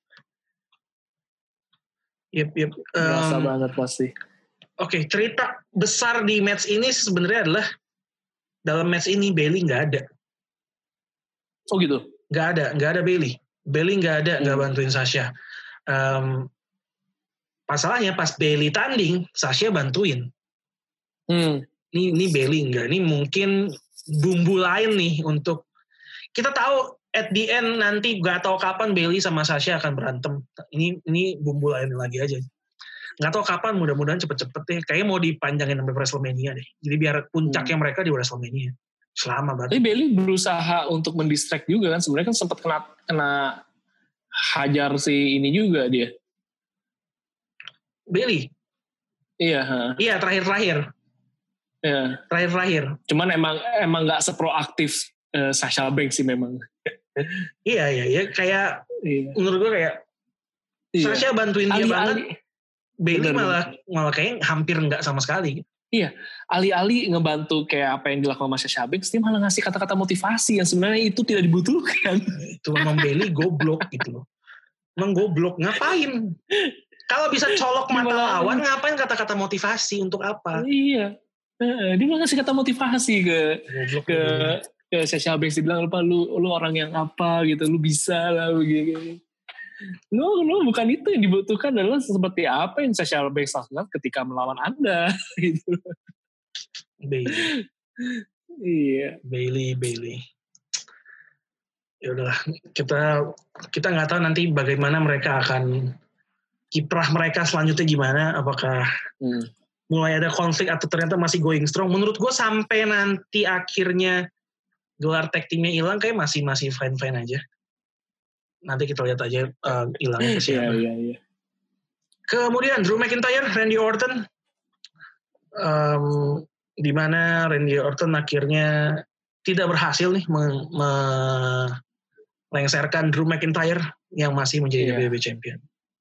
Yep. Berasa banget pasti. Oke, cerita besar di match ini sebenarnya adalah dalam match ini Bayley nggak ada. Oh gitu? Nggak ada Bayley. Bayley nggak ada, nggak bantuin Sasha. Masalahnya pas Bayley tanding, Sasha bantuin. Ini Bayley nggak. Ini mungkin bumbu lain nih untuk kita tahu at the end nanti nggak tahu kapan Bayley sama Sasha akan berantem. Ini bumbu lain lagi aja. Nggak tahu kapan, mudah-mudahan cepet-cepet deh. Kayaknya mau dipanjangin sampai WrestleMania deh. Jadi biar puncaknya mereka di WrestleMania. Selama banget. Tapi Bayley berusaha untuk mendistract juga kan. Sebenarnya kan sempat kena hajar si ini juga dia. Bayley? Iya. Iya, terakhir-terakhir. Iya. Terakhir-terakhir. Cuman emang nggak seproaktif Sasha Banks sih memang. Iya. Kayak menurut gue kayak Sasha bantuin dia banget. Bayley malah kayaknya hampir nggak sama sekali. Iya, alih-alih ngebantu kayak apa yang dilakukan sama Sasha Banks, dia malah ngasih kata-kata motivasi yang sebenarnya itu tidak dibutuhkan. Itu emang Bayley goblok gitu loh. Emang goblok, ngapain? Kalau bisa colok mata lawan, ngapain kata-kata motivasi untuk apa? Iya, dia malah ngasih kata motivasi ke Sasha Banks, dia bilang lu orang yang apa gitu, lu bisa lah begitu. No, bukan itu yang dibutuhkan, adalah seperti apa yang Sasha Banks lakukan ketika melawan Anda gitu. Bayley. Iya. Bayley. Ya udahlah, kita nggak tahu nanti bagaimana mereka akan kiprah mereka selanjutnya gimana, apakah mulai ada konflik atau ternyata masih going strong. Menurut gue sampai nanti akhirnya gelar tag teamnya hilang kayak masih fine aja. Nanti kita lihat aja hilangnya ke siapa. Iya. Kemudian Drew McIntyre, Randy Orton, di mana Randy Orton akhirnya tidak berhasil nih melengsarkan Drew McIntyre yang masih menjadi WWE Champion.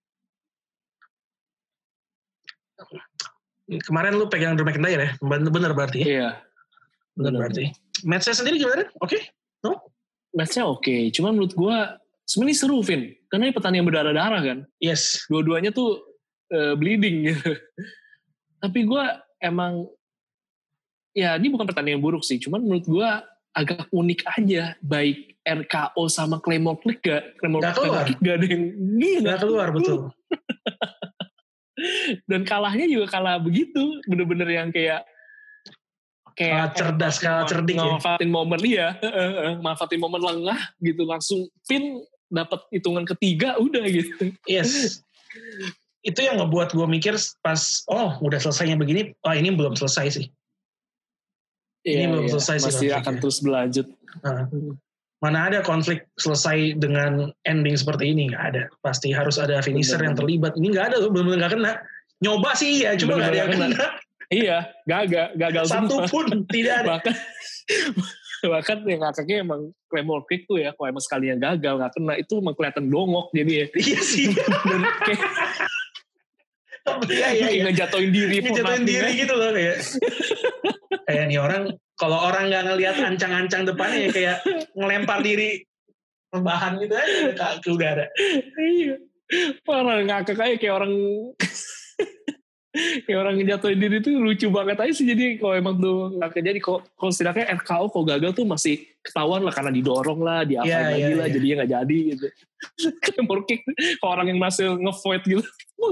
Kemarin lu pegang Drew McIntyre ya? Bener berarti ya? Iya. Bener berarti. Match-nya sendiri gimana? Oke? No? Match-nya oke. Cuman menurut gue sebenarnya seru, Vin. Karena ini pertandingan berdarah-darah kan. Yes. Dua-duanya tuh bleeding gitu. Tapi gue emang, ya ini bukan pertandingan buruk sih. Cuman menurut gue agak unik aja. Baik RKO sama Claymore Kick gak keluar. Gak ada yang gak keluar, betul. Dan kalahnya juga kalah begitu. Bener-bener yang kayak cerdas, kalah cerdik ya. Manfaatin momen dia. Manfaatin momen lengah gitu. Langsung pin, dapat hitungan ketiga, udah gitu. Yes. Itu yang ngebuat gue mikir pas, udah selesainya begini, ini belum selesai sih. Ini belum selesai sih. Masih akan terus berlanjut. Mana ada konflik selesai dengan ending seperti ini, nggak ada. Pasti harus ada finisher yang terlibat. Ini nggak ada, benar-benar nggak kena. Nyoba sih iya, cuma nggak ada yang kena. Iya, gagal satu pun tidak ada. Bahkan yang ngakaknya emang Claymore Kick tuh ya, kalau emang sekali yang gagal nggak kena, itu emang kelihatan dongok jadi ya. Iya sih. Dan kayak ngejatuhin diri gitu loh kayak nih orang, kalau orang nggak ngelihat ancang-ancang depannya ya kayak ngelempar diri rebahan gitu aja ke udara. Iya. Orang ngakak kayak orang Kayak orang yang jatuhin diri tuh lucu banget aja sih. Jadi kalau emang tuh gak kejadi, kalau setidaknya RKO kalau gagal tuh masih ketahuan lah, karena didorong lah, diapain lagi lah, jadinya gak jadi gitu. Claymore kick, kalau orang yang masih nge-fight gitu,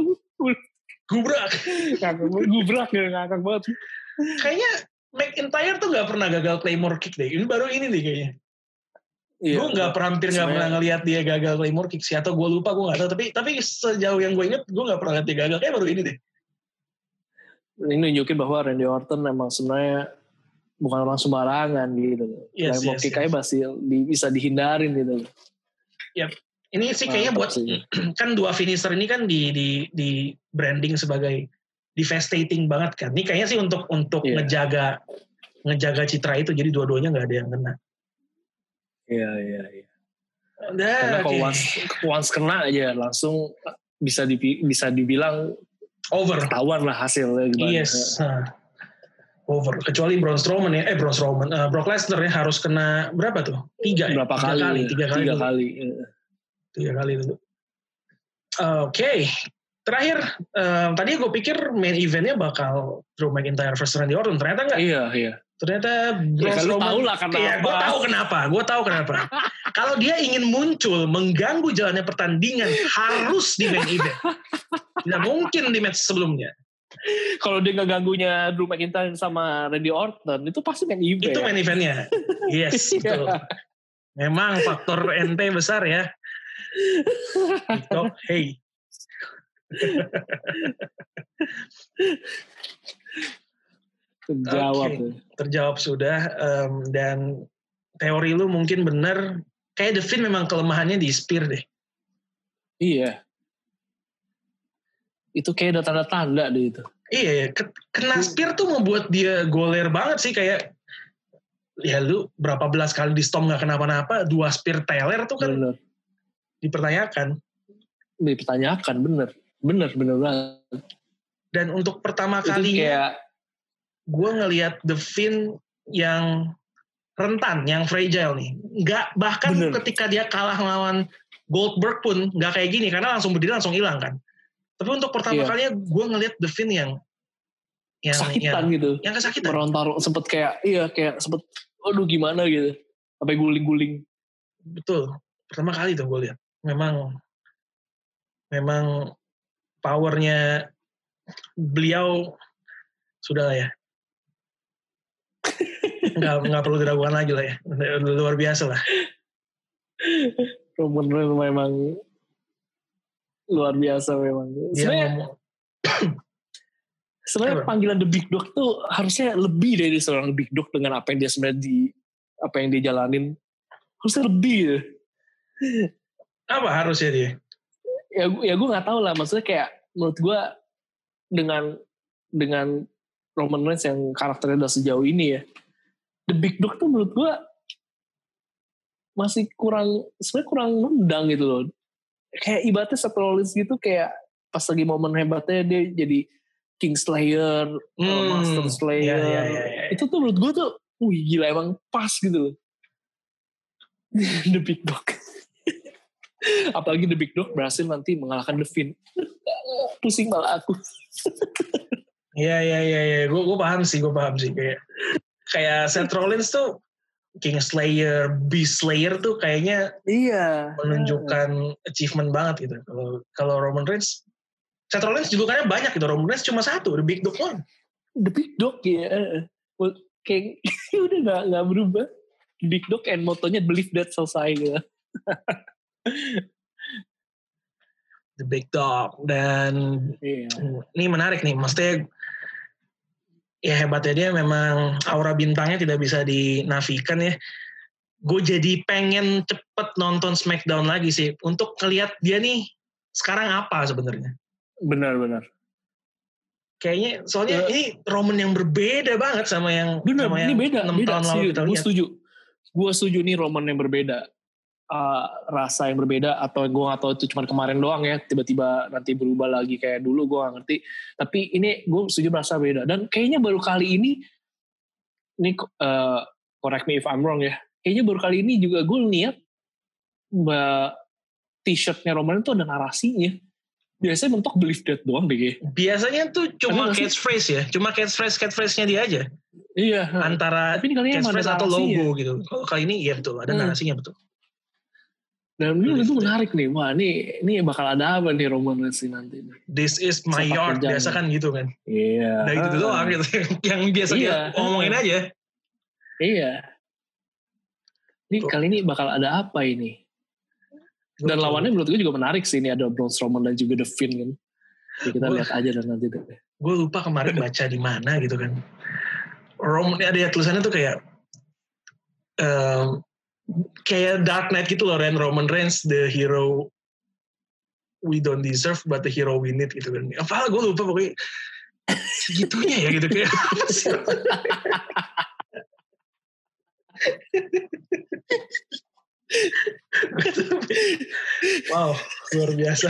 gubrak ya, ngakak banget. Kayaknya McIntyre tuh gak pernah gagal Claymore kick deh. Ini baru ini deh kayaknya. Iya, gue hampir nggak pernah ngelihat dia gagal Claymore kick sih, atau gue lupa, gue nggak tahu. Tapi sejauh yang gue inget, gue nggak pernah lihat dia gagal. Kayak baru ini deh. Ini nunjukin bahwa Randy Orton memang sebenarnya bukan orang sembarangan gitu. Claymore kick aja masih bisa dihindarin gitu. Yep. Ini sih kayaknya buat kan dua finisher ini kan di branding sebagai devastating banget kan. Ini kayaknya sih untuk ngejaga citra itu, jadi dua-duanya nggak ada yang kena. Iya. Karena kalau once kena aja langsung bisa dibilang over. Ketahuan lah hasilnya gimana. Yes. Over. Kecuali Braun Strowman ya. Brock Lesnar ya harus kena berapa tuh? 3 berapa kali? 3 kali. 3 kali itu. Oke. Terakhir, tadi gue pikir main eventnya bakal Drew McIntyre versus Randy Orton. Ternyata enggak. Iya. Ternyata Braun Strowman. Tahu lah kenapa. Iya, gue tahu kenapa. Kalau dia ingin muncul mengganggu jalannya pertandingan, harus di main event. Tidak mungkin di match sebelumnya. Kalau dia nggak ganggunya Drew McIntyre sama Randy Orton, itu pasti main event. Itu main eventnya. Yes, betul. Memang faktor NT besar ya. TikTok, hey. Terjawab sudah. Dan teori lu mungkin benar. Kayak The Fiend memang kelemahannya di spear deh. Iya. Itu kayak ada tanda-tanda deh itu. Iya, kena spear tuh membuat dia goler banget sih. Kayak ya lu berapa belas kali di stomp gak kenapa-napa, 2 spear Taylor tuh kan bener. Dipertanyakan, bener banget. Dan untuk pertama kalinya gue ngelihat The Fiend yang rentan, yang fragile nih. Nggak, bahkan ketika dia kalah lawan Goldberg pun nggak kayak gini, karena langsung berdiri langsung hilang kan. Tapi untuk pertama kalinya gue ngelihat The Fiend yang kesakitan gitu. Yang kesakitan. Merontar sempet kayak sempet aduh gimana gitu. Sampai guling-guling. Betul. Pertama kali tuh gue lihat. Memang powernya beliau sudah lah ya. Nggak perlu diragukan lagi lah ya. Luar biasa lah. Roman Reigns memang luar biasa memang. Sebenarnya panggilan The Big Dog tuh harusnya lebih dari seorang Big Dog dengan apa yang dia sebenarnya apa yang dia jalanin. Harusnya lebih ya. Apa harusnya dia? Ya gue nggak tahu lah. Maksudnya kayak menurut gue dengan Roman Reigns yang karakternya udah sejauh ini ya, The Big Dog tuh menurut gue masih kurang nendang gitu loh. Kayak ibaratnya Seth Rollins gitu, kayak pas lagi momen hebatnya dia jadi King Slayer, Master Slayer. Ya. Itu tuh menurut gue tuh, gila emang pas gitu loh. The Big Dog. Apalagi The Big Dog berhasil nanti mengalahkan The Fiend. Pusing malah aku. Iya. Gue paham sih. Kayak Seth Rollins tuh King Slayer, Beast Slayer tuh kayaknya menunjukkan achievement banget gitu. Kalau Roman Reigns, Seth Rollins julukannya banyak gitu. Roman Reigns cuma satu, The Big Dog one. The Big Dog ya. Kayak udah nggak berubah. The Big Dog and motonya believe that, selesai gitu. The Big Dog. Dan ini menarik nih, maksudnya ya hebatnya dia memang aura bintangnya tidak bisa dinafikan ya. Gue jadi pengen cepet nonton SmackDown lagi sih untuk ngeliat dia nih sekarang apa sebenarnya. Benar. Kayaknya soalnya ini Roman yang berbeda banget sama yang ini beda 6 tahun lalu kita lihat. Gue setuju nih Roman yang berbeda. Rasa yang berbeda, atau gue gak tahu itu cuma kemarin doang ya, tiba-tiba nanti berubah lagi kayak dulu, gue gak ngerti. Tapi ini gue setuju merasa beda, dan kayaknya baru kali ini correct me if I'm wrong ya, kayaknya baru kali ini juga gue lihat t-shirtnya Roman itu ada narasinya. biasanya mentok believe that doang deh. Biasanya tuh cuma catchphrase ya. Cuma catchphrase-nya dia aja. Iya. Antara catchphrase atau logo gitu. Kalau kali ini iya betul. Ada narasinya betul. Dan itu menarik nih. Wah ini bakal ada apa nih Roman Reigns nanti. This is my yard. Biasa kan gitu kan. Iya. Nah itu doang gitu. Yang biasa dia ngomongin aja. Iya. Ini kali ini bakal ada apa ini? Dan lawannya menurut gue juga menarik sih. Ini ada Braun Strowman dan juga The Fiend kan. Jadi kita lihat aja dan nanti deh. Gue lupa kemarin baca di mana gitu kan. Roman ada tulisannya tuh kayak Dark Knight gitu loh. Roman Reigns the hero we don't deserve but the hero we need gitu kan. Apa gue lupa pokoknya segitunya ya gitu kayak. Wow, luar biasa.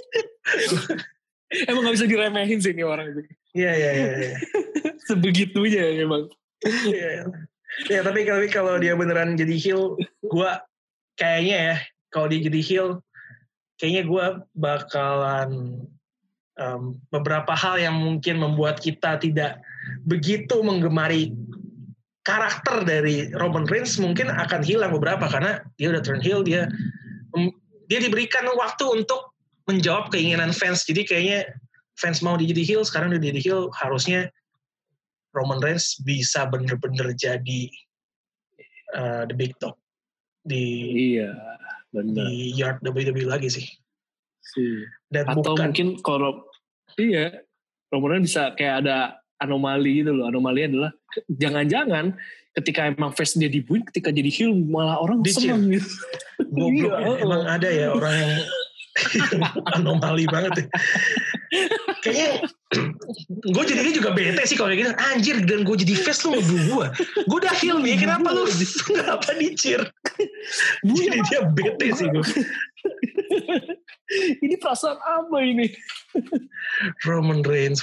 Emang gak bisa diremehin sih ini orang itu. Iya. Sebegitunya emang. Iya. Ya tapi kalau dia beneran jadi heel, gue kayaknya ya, kalau dia jadi heel, kayaknya gue bakalan beberapa hal yang mungkin membuat kita tidak begitu menggemari karakter dari Roman Reigns mungkin akan hilang beberapa karena dia udah turn heel, dia diberikan waktu untuk menjawab keinginan fans. Jadi kayaknya fans mau dia jadi heel, sekarang dia jadi heel, harusnya Roman Reigns bisa bener-bener jadi the big dog di yard WWE lagi sih. Dan atau mungkin kalau Roman Reigns bisa kayak ada anomali gitu loh. Anomali adalah jangan-jangan ketika emang face dia dibuin, ketika jadi heel malah orang senang gitu. Goblok emang ada ya orang yang anomali banget ya. Kayaknya gue jadinya juga bete sih kalau kayak gitu. Anjir, dan gue jadi face lu ngebu gue. Gue udah heel nih, kenapa lu dicir? Jadi dia bete sih gue. Ini perasaan apa ini? Roman Reigns.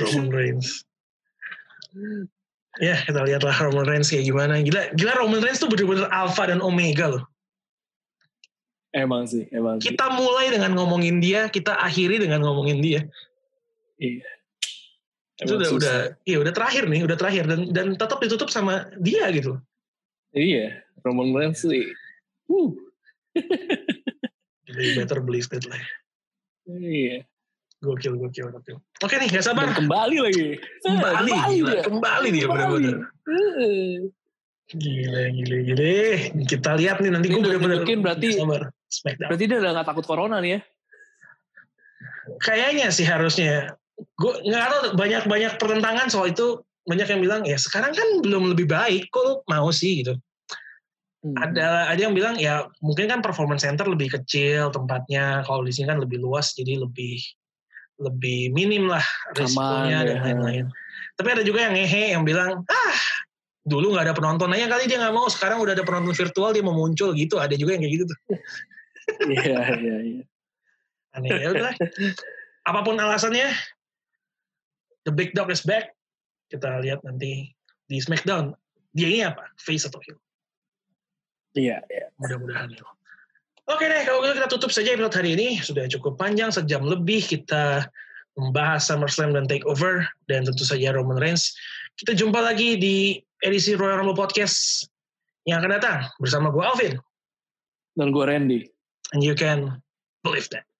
Ya, kita lihatlah Roman Reigns kayak gimana. Gila Roman Reigns tuh bener-bener alpha dan omega loh. Emang sih. Kita mulai dengan ngomongin dia, kita akhiri dengan ngomongin dia. Iya. Itu udah terakhir dan tetap ditutup sama dia gitu. Iya, Roman Reigns sih. You better believe that lah. Iya. Gokil. Oke nih, gak sabar. Dan kembali lagi. Kembali dia benar-benar. Gila. Kita lihat nih nanti gue benar-benar. Berarti Berarti dia udah gak takut corona nih ya? Kayaknya sih harusnya. Gue nggak tahu, banyak pertentangan soal itu. Banyak yang bilang ya sekarang kan belum lebih baik, kok mau sih gitu. Ada yang bilang ya mungkin kan performance center lebih kecil tempatnya, kalau di sini kan lebih luas jadi lebih minim lah risikonya dan lain-lain. Tapi ada juga yang ngehe yang bilang dulu nggak ada penonton aja kali dia nggak mau, sekarang udah ada penonton virtual dia mau muncul gitu. Ada juga yang kayak gitu tuh. Iya. Aneh ya udah. Apapun alasannya, the big dog is back. Kita lihat nanti di SmackDown dia ini apa, face atau heel. Iya. Mudah-mudahan ya. Oke deh, kalau gitu kita tutup saja episode hari ini. Sudah cukup panjang, sejam lebih kita membahas SummerSlam dan Takeover dan tentu saja Roman Reigns. Kita jumpa lagi di edisi Royal Rumble Podcast yang akan datang bersama gue Alvin dan gue Randy. And you can believe that.